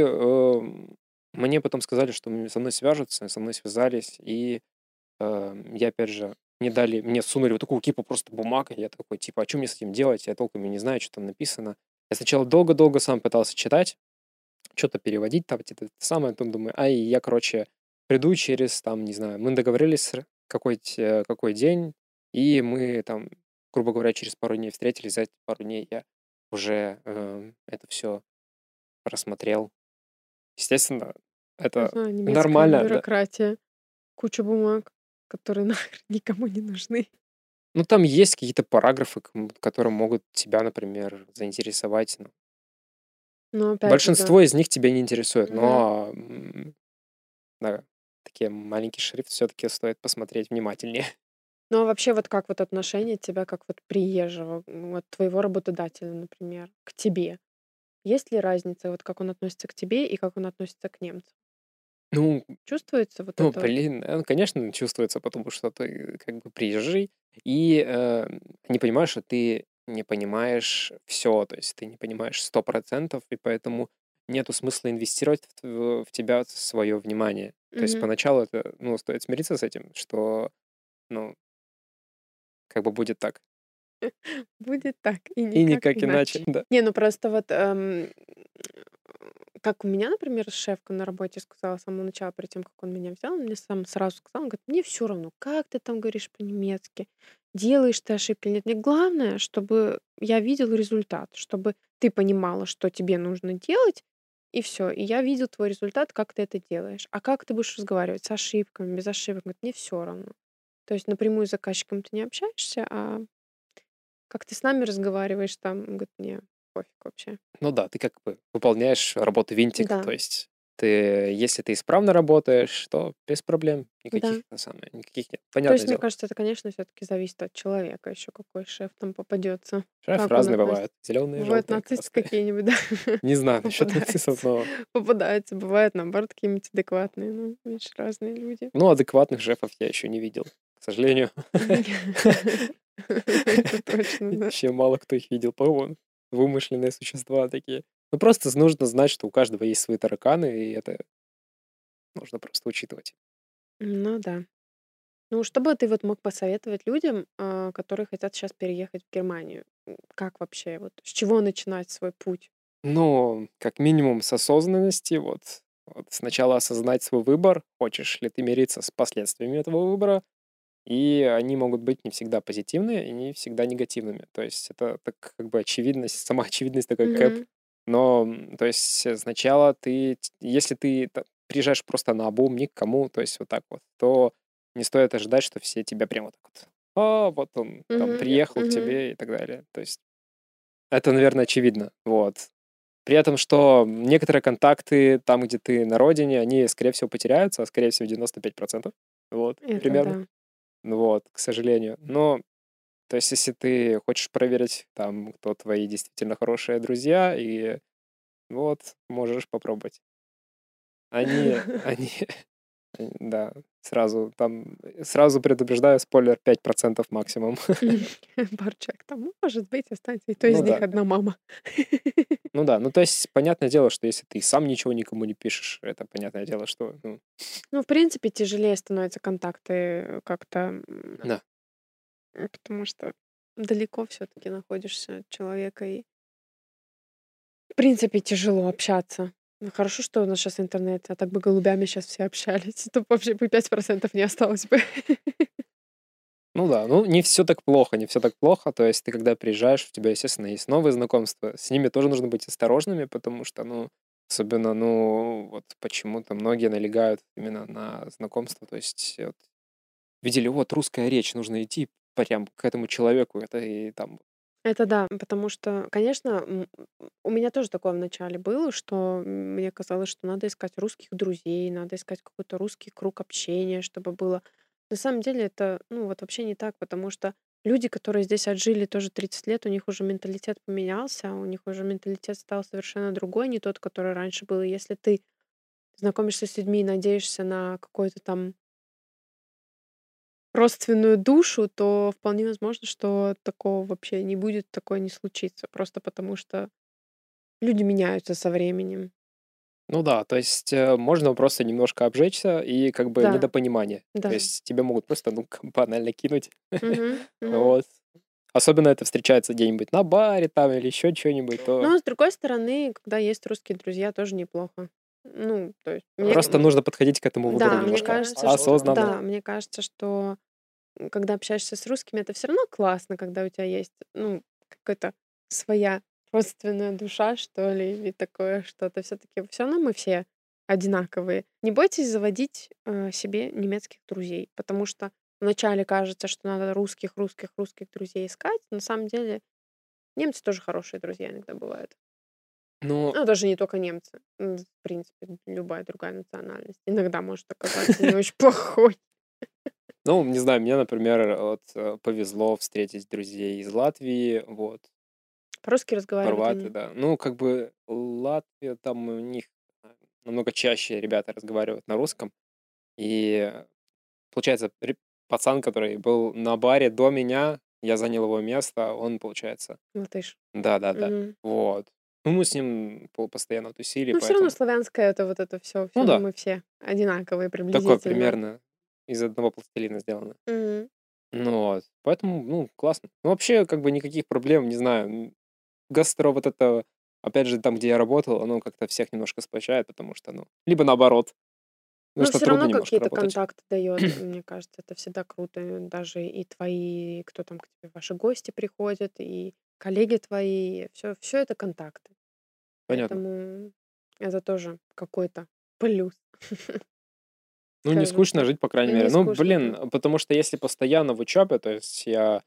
мне потом сказали, что со мной свяжутся, со мной связались, и я опять же, мне сунули вот такую кипу просто бумаг, и я такой, типа, а что мне с этим делать? Я толком и не знаю, что там написано. Я сначала долго-долго сам пытался читать, что-то переводить там, это самое, потом думаю, я, короче, приду через, там, не знаю, мы договорились, какой день, и мы там, грубо говоря, через пару дней встретились, за эти пару дней я уже это все просмотрел. Естественно, Не это знаю, немецкая нормально, да. бюрократия, куча бумаг, которые нахрен никому не нужны. Ну, там есть какие-то параграфы, которые могут тебя, например, заинтересовать. Ну, Но опять же, да. большинство из них тебя не интересует, Мгм. но на такие маленький шрифт все-таки стоит посмотреть внимательнее. Ну, а вообще, вот как вот отношение тебя, как вот приезжего, вот твоего работодателя, например, к тебе? Есть ли разница, вот как он относится к тебе и как он относится к немцам? Ну, Чувствуется вот ну, это вот? блин, конечно, чувствуется, потому что ты как бы приезжий, и они понимают, что ты не понимаешь все, то есть ты не понимаешь 100%, и поэтому нету смысла инвестировать в тебя свое внимание. То есть Мгм. поначалу это, стоит смириться с этим, что, ну, как бы будет так. Будет так и И никак никак иначе, иначе. да. Не, ну просто вот, как у меня, например, шефка на работе сказала с самого начала, перед тем, как он меня взял, он мне сам сразу сказал, он говорит, мне все равно, как ты там говоришь по-немецки, делаешь ты ошибки или нет. Мне главное, чтобы я видел результат, чтобы ты понимала, что тебе нужно делать, и все. И я видел твой результат, как ты это делаешь. А как ты будешь разговаривать с ошибками, без ошибок? Говорит, мне все равно. То есть напрямую с заказчиком ты не общаешься, а как ты с нами разговариваешь там, он говорит, мне пофиг вообще. Ну да, ты как бы выполняешь работу винтика, Да, то есть если ты исправно работаешь, то без проблем да. никаких нет. То Понятное есть, мне дело. кажется, это, конечно, все-таки зависит от человека еще, какой шеф там попадется, Шеф как он разные бывают. относится. Зеленые, Бывают желтые, нацисты красные. какие-нибудь, да, Не знаю насчет нацистов, попадаются. но Попадаются, бывают, наоборот, какие-нибудь адекватные, ну, видишь, разные люди. адекватных шефов я еще не видел, к сожалению. Это точно, да. Еще мало кто их видел, по-моему. Вымышленные существа такие. Ну, просто нужно знать, что у каждого есть свои тараканы, и это нужно просто учитывать. Ну да. Ну, что бы ты вот мог посоветовать людям, которые хотят сейчас переехать в Германию? Как вообще, вот с чего начинать свой путь? Ну, как минимум с осознанности, вот сначала осознать свой выбор, хочешь ли ты мириться с последствиями этого выбора, и они могут быть не всегда позитивные и не всегда негативными. То есть это так как бы очевидность, сама очевидность такой кэп. Мгм. Но, то есть сначала если ты приезжаешь просто на обум, ни к кому, то есть вот так вот, то не стоит ожидать, что все тебя прямо вот так вот, вот он там Мгм. приехал к Мгм. тебе и так далее. То есть это, наверное, очевидно. Вот. При этом, что некоторые контакты там, где ты на родине, они, скорее всего, потеряются, скорее всего, 95%. Вот, Это примерно. да. Ну вот, к сожалению. Но, то есть, если ты хочешь проверить, там, кто твои действительно хорошие друзья, и вот, можешь попробовать. они, да, сразу предупреждаю, спойлер, 5% максимум. Пару человек там, может быть, останется, и то из Ну них да. одна мама. Ну да, ну то есть, понятное дело, что если ты сам ничего никому не пишешь, это понятное дело, что, Ну, в принципе, тяжелее становятся контакты как-то, да. потому что далеко все-таки находишься от человека, и, в принципе, тяжело общаться. Ну, хорошо, что у нас сейчас интернет, а так бы голубями сейчас все общались, то вообще бы 5% не осталось бы. Ну да, ну не все так плохо, не все так плохо. То есть ты когда приезжаешь, у тебя, естественно, есть новые знакомства. С ними тоже нужно быть осторожными, потому что, особенно, вот почему-то многие налегают именно на знакомство. То есть вот видели, вот русская речь, нужно идти прям к этому человеку. Это и там, Это да, потому что, конечно, у меня тоже такое вначале было, что мне казалось, что надо искать русских друзей, надо искать какой-то русский круг общения, чтобы было. На самом деле это, ну, вот вообще не так, потому что люди, которые здесь отжили тоже 30 лет, у них уже менталитет поменялся, у них уже менталитет стал совершенно другой, не тот, который раньше был. И если ты знакомишься с людьми и надеешься на какой-то там родственную душу, то вполне возможно, что такого вообще не будет, такое не случится. Просто потому что люди меняются со временем. ну да, то есть можно просто немножко обжечься и как бы Да, недопонимание. То да. есть тебя могут просто, банально кинуть. Мгм, мгм. Вот. Особенно это встречается где-нибудь на баре там или еще что-нибудь, то Но, с другой стороны, когда есть русские друзья, тоже неплохо. Ну, то есть просто нужно подходить к этому выбору да, мне немножко кажется, что осознанно. да, мне кажется, что когда общаешься с русскими, это все равно классно, когда у тебя есть, ну, какая-то своя родственная душа, что ли, или такое что-то. Все равно мы все одинаковые. Не бойтесь заводить себе немецких друзей, потому что вначале кажется, что надо русских друзей искать. На самом деле немцы тоже хорошие друзья иногда бывают. Ну, Ну, даже не только немцы. В принципе, любая другая национальность иногда может оказаться не очень плохой. не знаю, мне, например, вот повезло встретить друзей из Латвии, вот, По-русски разговаривают хорваты, они. да. Ну, как бы Латвия, там у них намного чаще ребята разговаривают на русском. И получается, пацан, который был на баре до меня, я занял его место, он, получается, Латыш. да-да-да, Мгм. вот. Ну, мы с ним постоянно тусили, Ну, все равно поэтому, славянское это вот это все ну равно да, мы все одинаковые такое приблизительно. примерно из одного пластилина сделано. Мгм. Ну вот, поэтому, классно. Ну, вообще, как бы никаких проблем, не знаю. Гастро вот это, опять же, там, где я работал, оно как-то всех немножко сплочает, потому что, либо наоборот, потому Но что все трудно равно немножко какие-то работать. контакты дает, мне кажется, это всегда круто. Даже и твои, кто там к тебе, ваши гости приходят, и коллеги твои, все это контакты. Понятно. Поэтому это тоже какой-то плюс, Ну, не скажем скучно так. жить, по крайней мере. Не Ну, скучно, блин, да. потому что если постоянно в учебе, то есть я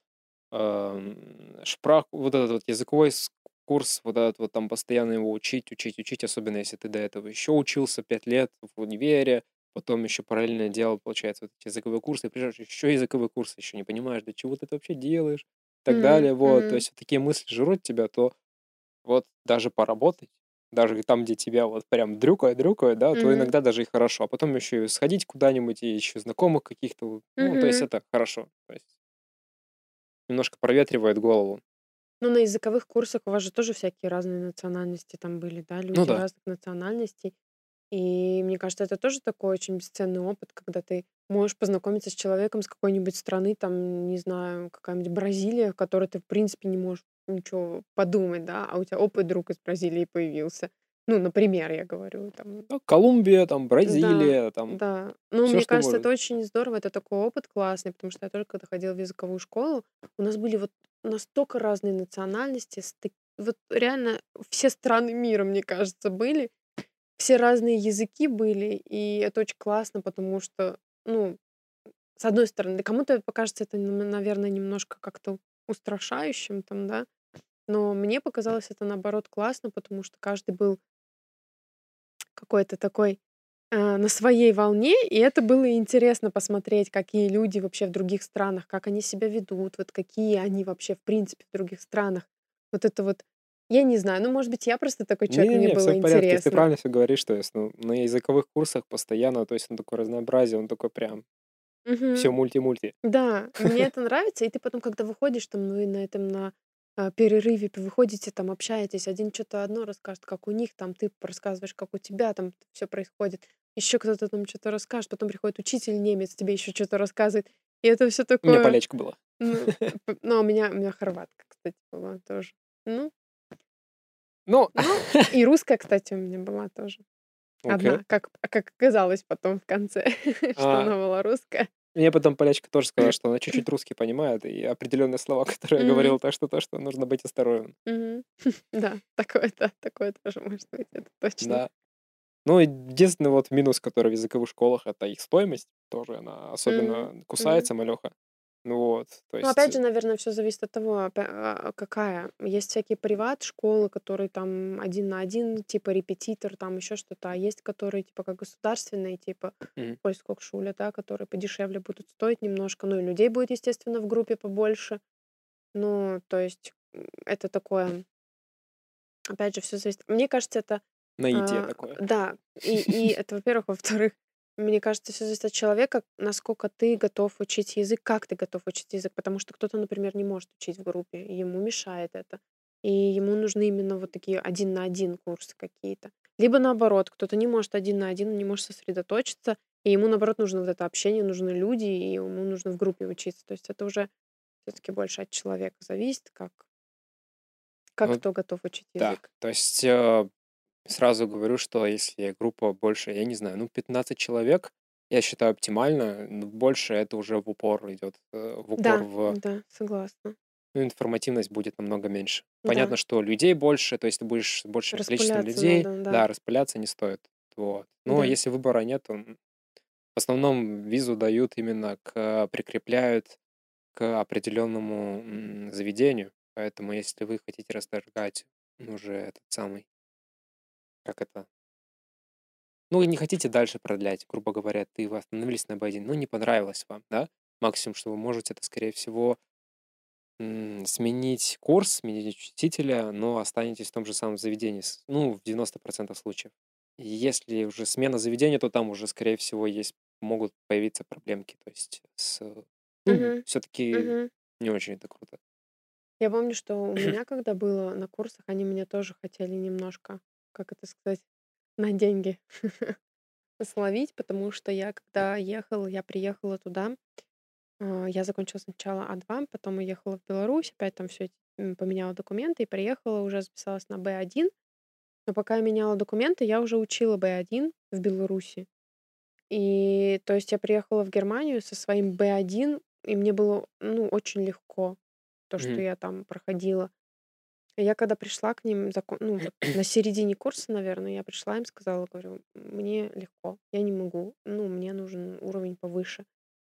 шпрах, вот этот вот языковой курс, вот этот вот там постоянно его учить, особенно если ты до этого еще учился 5 лет в универе, потом еще параллельно делал, получается, вот эти языковые курсы, и приезжаешь, еще языковые курсы, еще не понимаешь, для чего ты это вообще делаешь, и так Мгм, далее, вот. То мгм, есть вот такие мысли жрут тебя, то вот даже поработать, даже там, где тебя вот прям дрюкают, да, то мгм, иногда даже и хорошо. А потом еще и сходить куда-нибудь, и еще знакомых каких-то, то есть мгм. это хорошо. То есть немножко проветривает голову. Ну, на языковых курсах у вас же тоже всякие разные национальности там были, да, Ну люди да, разных национальностей. И мне кажется, это тоже такой очень бесценный опыт, когда ты можешь познакомиться с человеком с какой-нибудь страны, там, не знаю, какая-нибудь Бразилия, в которой ты, в принципе, не можешь ничего подумать, да, а у тебя опыт друг из Бразилии появился. Ну, например, я говорю, там, ну, Колумбия, там, да, Бразилия, там, да. Ну, все мне что кажется, может. это очень здорово, это такой опыт классный, потому что я тоже, когда ходила в языковую школу, у нас были вот настолько разные национальности, вот реально все страны мира, мне кажется, были, все разные языки были, и это очень классно, потому что, ну, с одной стороны, кому-то покажется это, наверное, немножко как-то устрашающим там, да, но мне показалось это, наоборот, классно, потому что каждый был какой-то такой на своей волне, и это было интересно посмотреть, какие люди вообще в других странах, как они себя ведут, вот какие они вообще в принципе в других странах. Вот это вот Я не знаю, ну, может быть, я просто такой человек, мне Не-не-не, все было в порядке. Ты интересно. правильно все говоришь, то есть, ну, на языковых курсах постоянно, то есть он такое разнообразие, он такой прям все Мгм. мульти-мульти. Да, мне это нравится, и ты потом, когда выходишь, там, вы на этом, перерыве выходите, там, общаетесь, один что то одно расскажет, как у них, там, ты рассказываешь, как у тебя там все происходит, еще кто-то там что то расскажет, потом приходит учитель немец, тебе еще что то рассказывает, и это все У меня такое, полячка была. ну, ну, у меня хорватка, кстати, была тоже. Ну, Ну, ну, и русская, кстати, у меня была тоже. окей. Одна, как оказалось потом в конце, что А, она была русская. Мне потом полячка тоже сказала, что она чуть-чуть русский понимает, и определенные слова, которые я Мгм. говорил, то, что нужно быть осторожным. Мгм. Да, такое тоже может быть, это точно. Да. Ну, и единственный вот минус, который в языковых школах, это их стоимость. Тоже она Мгм. особенно Мгм. кусается, малёха. Ну вот, то Ну, есть, опять же, наверное, все зависит от того, какая. Есть всякие приват-школы, которые там один на один, типа репетитор, там еще что-то, а есть, которые типа как государственные, типа мгм. Volkshochschule, да, которые подешевле будут стоить немножко. Ну, и людей будет, естественно, в группе побольше. Ну, то есть, это такое, опять же, все зависит. Мне кажется, это, Наитие такое. да, и это, во-первых. Во-вторых, мне кажется, все зависит от человека, насколько ты готов учить язык, как ты готов учить язык. Потому что кто-то, например, не может учить в группе, и ему мешает это. И ему нужны именно вот такие один на один курсы какие-то. Либо наоборот, кто-то не может один на один, не может сосредоточиться, и ему, наоборот, нужно вот это общение, нужны люди, и ему нужно в группе учиться. То есть это уже все таки больше от человека зависит, как Ну кто готов учить да, язык. то есть, сразу говорю, что если группа больше, я не знаю, ну, 15 человек, я считаю оптимально. Ну, больше это уже в упор идет, в упор Да, в да, согласна. ну, информативность будет намного меньше. Да, Понятно, что людей больше, то есть ты будешь с большим количеством распыляться людей, надо, да, да, распыляться не стоит. Вот. Но да. если выбора нет, то в основном визу дают именно прикрепляют к определенному заведению. Поэтому если вы хотите расторгать уже этот самый, как это, ну, и не хотите дальше продлять, грубо говоря, вы остановились на B1, ну, не понравилось вам, да, максимум, что вы можете, это, скорее всего, сменить курс, сменить учителя, но останетесь в том же самом заведении, ну, в 90% случаев. И если уже смена заведения, то там уже, скорее всего, могут появиться проблемки. То есть ну, Мгм, все-таки мгм. не очень это круто. Я помню, что у меня, когда было на курсах, они меня тоже хотели немножко, как это сказать, на деньги словить, потому что я приехала туда, я закончила сначала А2, потом уехала в Беларусь, опять там все поменяла документы и приехала, уже записалась на Б1. Но пока я меняла документы, я уже учила Б1 в Беларуси. И, то есть, я приехала в Германию со своим Б1, и мне было, ну, очень легко то, что Мгм. я там проходила. И я когда пришла к ним, ну, вот на середине курса, наверное, я пришла им, сказала, говорю, мне легко, я не могу, ну, мне нужен уровень повыше.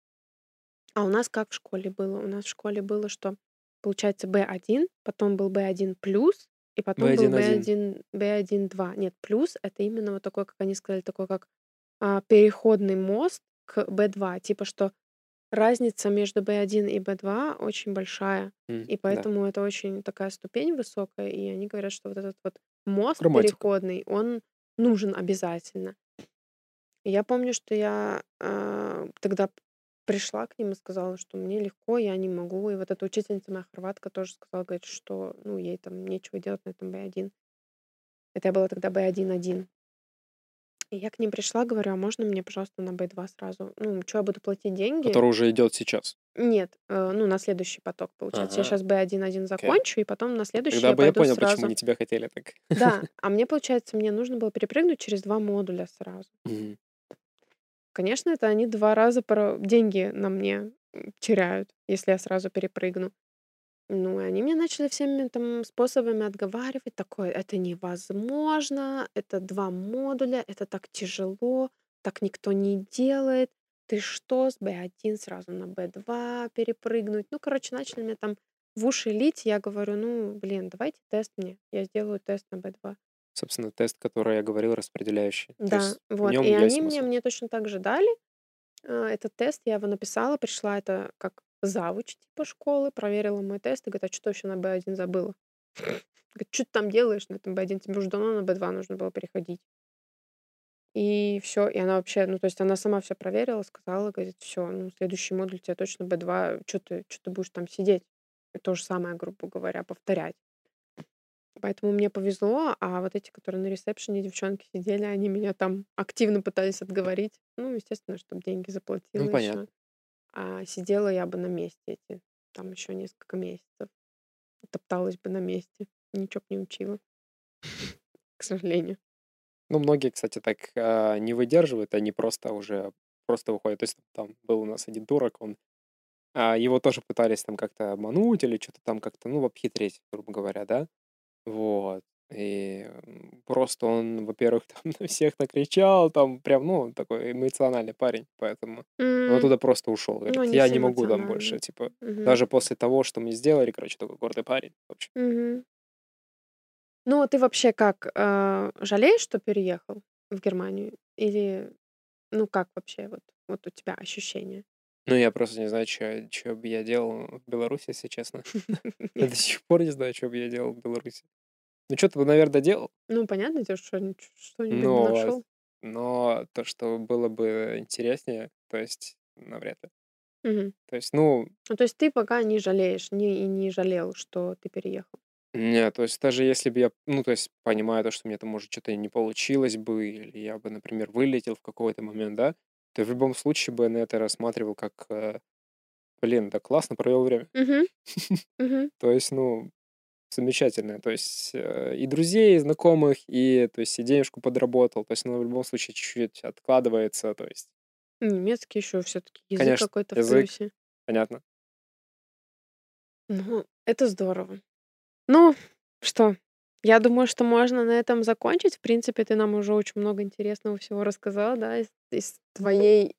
А у нас как в школе было? У нас в школе было, что получается Б1, потом был Б1 плюс, и потом был B1.1. Б1-2. Нет, плюс это именно вот такой, как они сказали, такой как переходный мост к Б2. Типа, что разница между Б1 и Б2 очень большая. И Да. поэтому это очень такая ступень высокая. И они говорят, что вот этот вот мост Грамматика. переходный, он нужен обязательно. И я помню, что я тогда пришла к ним и сказала, что мне легко, я не могу. И вот эта учительница моя хорватка тоже сказала, говорит, что ну, ей там нечего делать на этом Б1. Это я была тогда Б1-1. И я к ним пришла, говорю, а можно мне, пожалуйста, на Б2 сразу? Ну, что я буду платить деньги? Который уже идет сейчас. Нет, ну, на следующий поток, получается. Я Ага, сейчас Б1-1 окей. закончу, и потом на следующий Тогда я бы я пойду понял, почему сразу. они тебя хотели так. Да, а мне, получается, мне нужно было перепрыгнуть через 2 модуля сразу. Мгм. Конечно, это они 2 раза деньги на мне теряют, если я сразу перепрыгну. Ну, и они мне начали всеми там способами отговаривать, такое: "Это невозможно, это 2 модуля, это так тяжело, так никто не делает. Ты что, с Б1 сразу на Б2 перепрыгнуть?" Ну, короче, начали мне там в уши лить. Я говорю: "Ну, блин, давайте тест мне, я сделаю тест на Б2". Собственно, тест, который я говорил, распределяющий. То Да, есть в вот. И нем есть они мне смысл. мне точно так же дали. Этот тест, я его написала, пришла это как завуч типа школы, проверила мой тест и говорит: "А что ты вообще на Б1 забыла?" Говорит, что ты там делаешь на этом B1? Тебе уже давно на B2 нужно было переходить. И все. И она вообще, ну, то есть она сама все проверила, сказала, говорит, все, ну, следующий модуль тебе точно B2, что ты будешь там сидеть? И то же самое, грубо говоря, повторять. Поэтому мне повезло, а вот эти, которые на ресепшене, девчонки сидели, они меня там активно пытались отговорить. Ну, естественно, чтобы деньги заплатила Ну, понятно. еще. А сидела я бы на месте эти, там еще несколько месяцев. Топталась бы на месте. Ничего бы не учила, к сожалению. Ну, многие, кстати, так не выдерживают, они просто выходят. То есть там был у нас один дурак, его тоже пытались там как-то обмануть или что-то там как-то, ну, обхитрить, грубо говоря, да? Вот. И просто он, во-первых, там на всех накричал, там прям, ну, он такой эмоциональный парень, поэтому он М, оттуда просто ушел. Ну, Говорит, они я все не могу там больше, эмоциональные. типа, Мгм. даже после того, что мы сделали, короче, такой гордый парень. В общем. Мгм. Ну, а ты вообще как, жалеешь, что переехал в Германию? Или, ну, как вообще вот у тебя ощущения? Ну, я просто не знаю, что бы я делал в Беларуси, если честно. Я до сих пор не знаю, что бы я делал в Беларуси. Ну, что-то бы, наверное, делал, Ну, понятно дело, что что-нибудь бы но, нашел. но то, что было бы интереснее, то есть навряд ли. Мгм. То есть, ну, Ну, то есть ты пока не жалеешь, и не жалел, что ты переехал. не, то есть даже если бы я, ну, то есть понимаю то, что мне там, может, что-то не получилось бы, или я бы, например, вылетел в какой-то момент, да, то в любом случае бы на это рассматривал как, блин, да классно провел время. Мгм. Мгм. То есть, ну, замечательно. То есть и друзей, и знакомых, и, то есть, и денежку подработал. То есть, ну, в любом случае чуть-чуть откладывается. То есть, Немецкий еще все-таки язык конечно, какой-то в язык, плюсе. понятно. Ну, это здорово. Ну, что, я думаю, что можно на этом закончить. В принципе, ты нам уже очень много интересного всего рассказала, да, из твоей...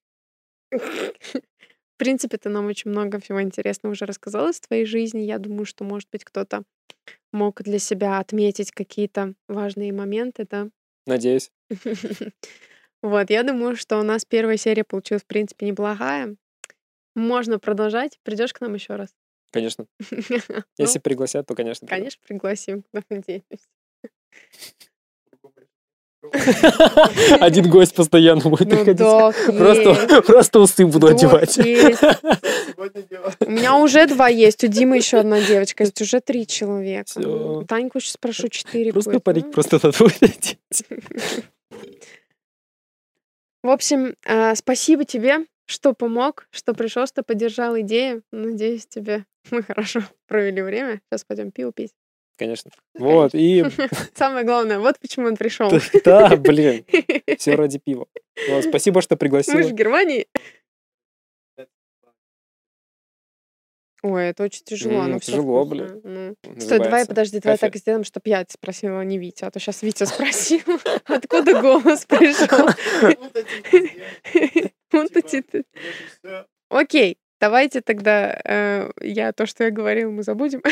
В принципе, ты нам очень много всего интересного уже рассказала из твоей жизни. Я думаю, что, может быть, кто-то мог для себя отметить какие-то важные моменты, да. Надеюсь, Вот, я думаю, что у нас первая серия получилась, в принципе, неплохая. Можно продолжать. Придешь к нам еще раз? конечно. Ну, Если пригласят, то, конечно, приду. конечно, пригласим. Да, надеюсь. Один гость постоянно будет Ну, приходить. долг есть. Просто усы буду Долг одевать. есть. У меня уже 2 есть, у Димы еще одна девочка есть, уже 3 человека. Всё. Таньку сейчас спрошу, 4 Просто будет. парик, Ну. просто надо будет одеть. В общем, спасибо тебе, что помог, что пришел, что поддержал идею. Надеюсь, тебе мы хорошо провели время. Сейчас пойдем пиво пить. Конечно. Вот, и... Самое главное, вот почему он пришел. Да, блин, все ради пива. Вот, спасибо, что Мы же пригласила. в Германии. Ой, это очень тяжело, оно все Тяжело, вкусное. блин. Ну. Стой, давай, Называется подожди, давай кафе. так сделаем, чтоб я спросила, а не Витя. А то сейчас Витя спросил, откуда голос пришел. Вот эти ты. Окей, давайте тогда я то, что я говорила, мы забудем.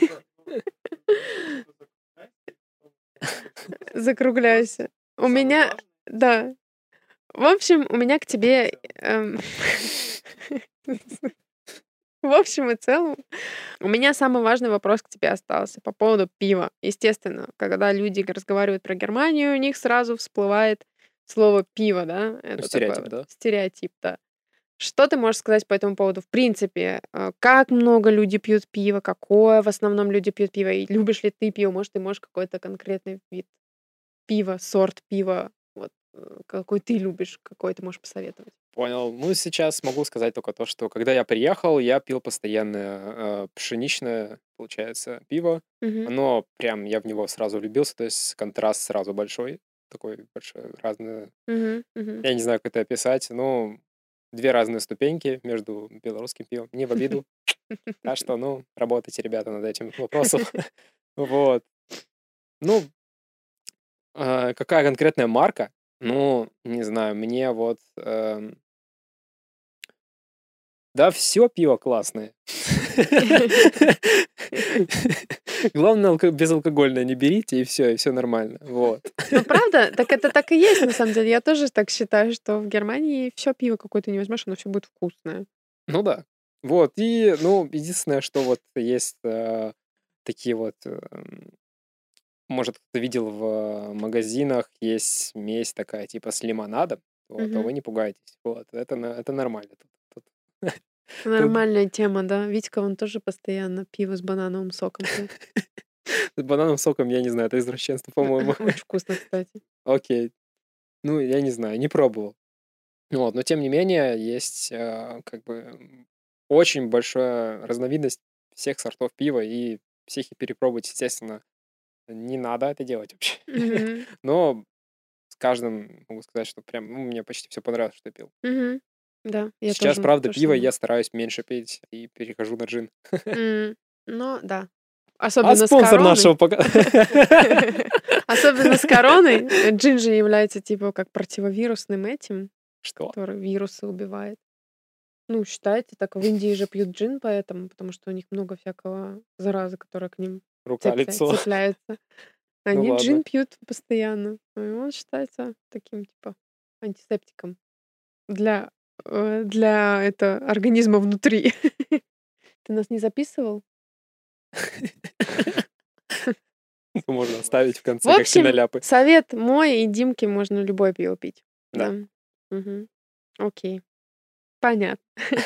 Закругляйся. У меня, да. В общем, у меня к тебе... В общем и целом, у меня самый важный вопрос к тебе остался по поводу пива. Естественно, когда люди разговаривают про Германию, у них сразу всплывает слово пиво, да? Это такой Стереотип, вот да? стереотип, да. Что ты можешь сказать по этому поводу? В принципе, как много люди пьют пиво, какое в основном люди пьют пиво, и любишь ли ты пиво? Может, ты можешь какой-то конкретный вид пива, сорт пива, вот, какой ты любишь, какой ты можешь посоветовать? Понял. Ну, сейчас могу сказать только то, что когда я приехал, я пил постоянно пшеничное, получается, пиво. Мгм. Оно прям, я в него сразу влюбился, то есть контраст сразу большой, такой большой, разный. Мгм. Мгм. Я не знаю, как это описать, но 2 разные ступеньки между белорусским пивом. Не в обиду. Так что, ну, работайте, ребята, над этим вопросом. Вот. Ну, какая конкретная марка? Ну, не знаю, мне вот... Да, все пиво классное. Главное, безалкогольное не берите, и все нормально. Вот. Ну, правда? Так это так и есть, на самом деле. Я тоже так считаю, что в Германии все пиво какое-то не возьмешь, оно все будет вкусное. Ну да. Вот, и, ну, единственное, что вот есть такие вот, может, кто-то видел в магазинах, есть смесь такая, типа с лимонадом, вот, то Мгм. вы не пугайтесь. Вот, это нормально. Тут Нормальная тема, да. Витька, он тоже постоянно пиво с банановым соком пьет. с банановым соком, я не знаю, это извращенство, по-моему. Очень вкусно, кстати. Окей. Ну, я не знаю, не пробовал. Вот, но тем не менее, есть как бы очень большая разновидность всех сортов пива, и всех их перепробовать, естественно, не надо это делать вообще. Мгм. Но с каждым могу сказать, что прям мне почти все понравилось, что я пил. Мгм. Да, я Сейчас, тоже правда, то же пиво самое. я стараюсь меньше пить и перехожу на джин. Ну да. А Особенно с спонсор короной. нашего пока... Особенно с короной. Джин же является типа как противовирусным этим, Что? который вирусы убивает. Ну, считается, так в Индии же пьют джин, поэтому, потому что у них много всякого заразы, которая к ним Рука-лицо. цепляется. Ну Они ладно. джин пьют постоянно. И он считается таким, типа, антисептиком для, для организма внутри. Ты нас не записывал? Ну, можно оставить в В конце, как общем, киноляпы. совет мой и Димки: можно любое пиво пить. Да. Да. Мгм. Окей. Понятно.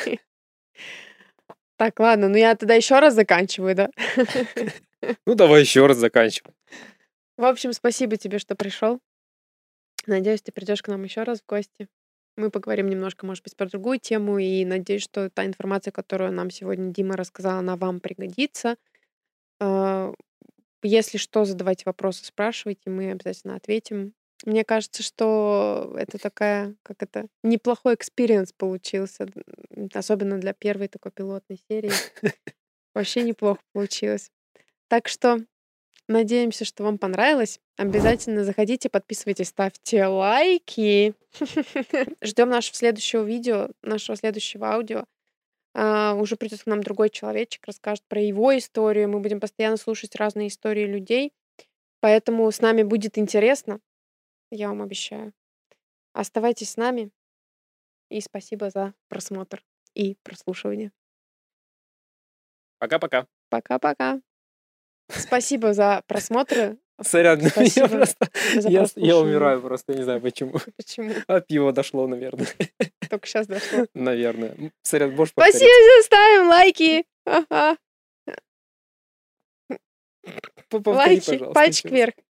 Так, ладно, ну я тогда еще раз заканчиваю, да? Ну, давай еще раз заканчиваем. В общем, спасибо тебе, что пришел. Надеюсь, ты придешь к нам еще раз в гости. Мы поговорим немножко, может быть, про другую тему, и надеюсь, что та информация, которую нам сегодня Дима рассказал, она вам пригодится. А, Если что, задавайте вопросы, спрашивайте, мы обязательно ответим. Мне кажется, что это такая, как это, неплохой экспириенс получился, особенно для первой такой пилотной серии. Вообще неплохо получилось. Так что надеемся, что вам понравилось. Обязательно заходите, подписывайтесь, ставьте лайки. Ждем нашего следующего видео, нашего следующего аудио. Уже придет к нам другой человечек, расскажет про его историю. Мы будем постоянно слушать разные истории людей. Поэтому с нами будет интересно, я вам обещаю. Оставайтесь с нами. И спасибо за просмотр и прослушивание. Пока-пока. Пока-пока. Спасибо за просмотры. Сорян, я Спасибо просто... за Я прослушивание. умираю просто, я не знаю почему. Почему? А пиво дошло, наверное. Только сейчас дошло. Наверное. Сорян, можешь Спасибо, повторить? что ставим лайки. Ага. Повтори, Лайки, пожалуйста, пальчик еще раз. вверх.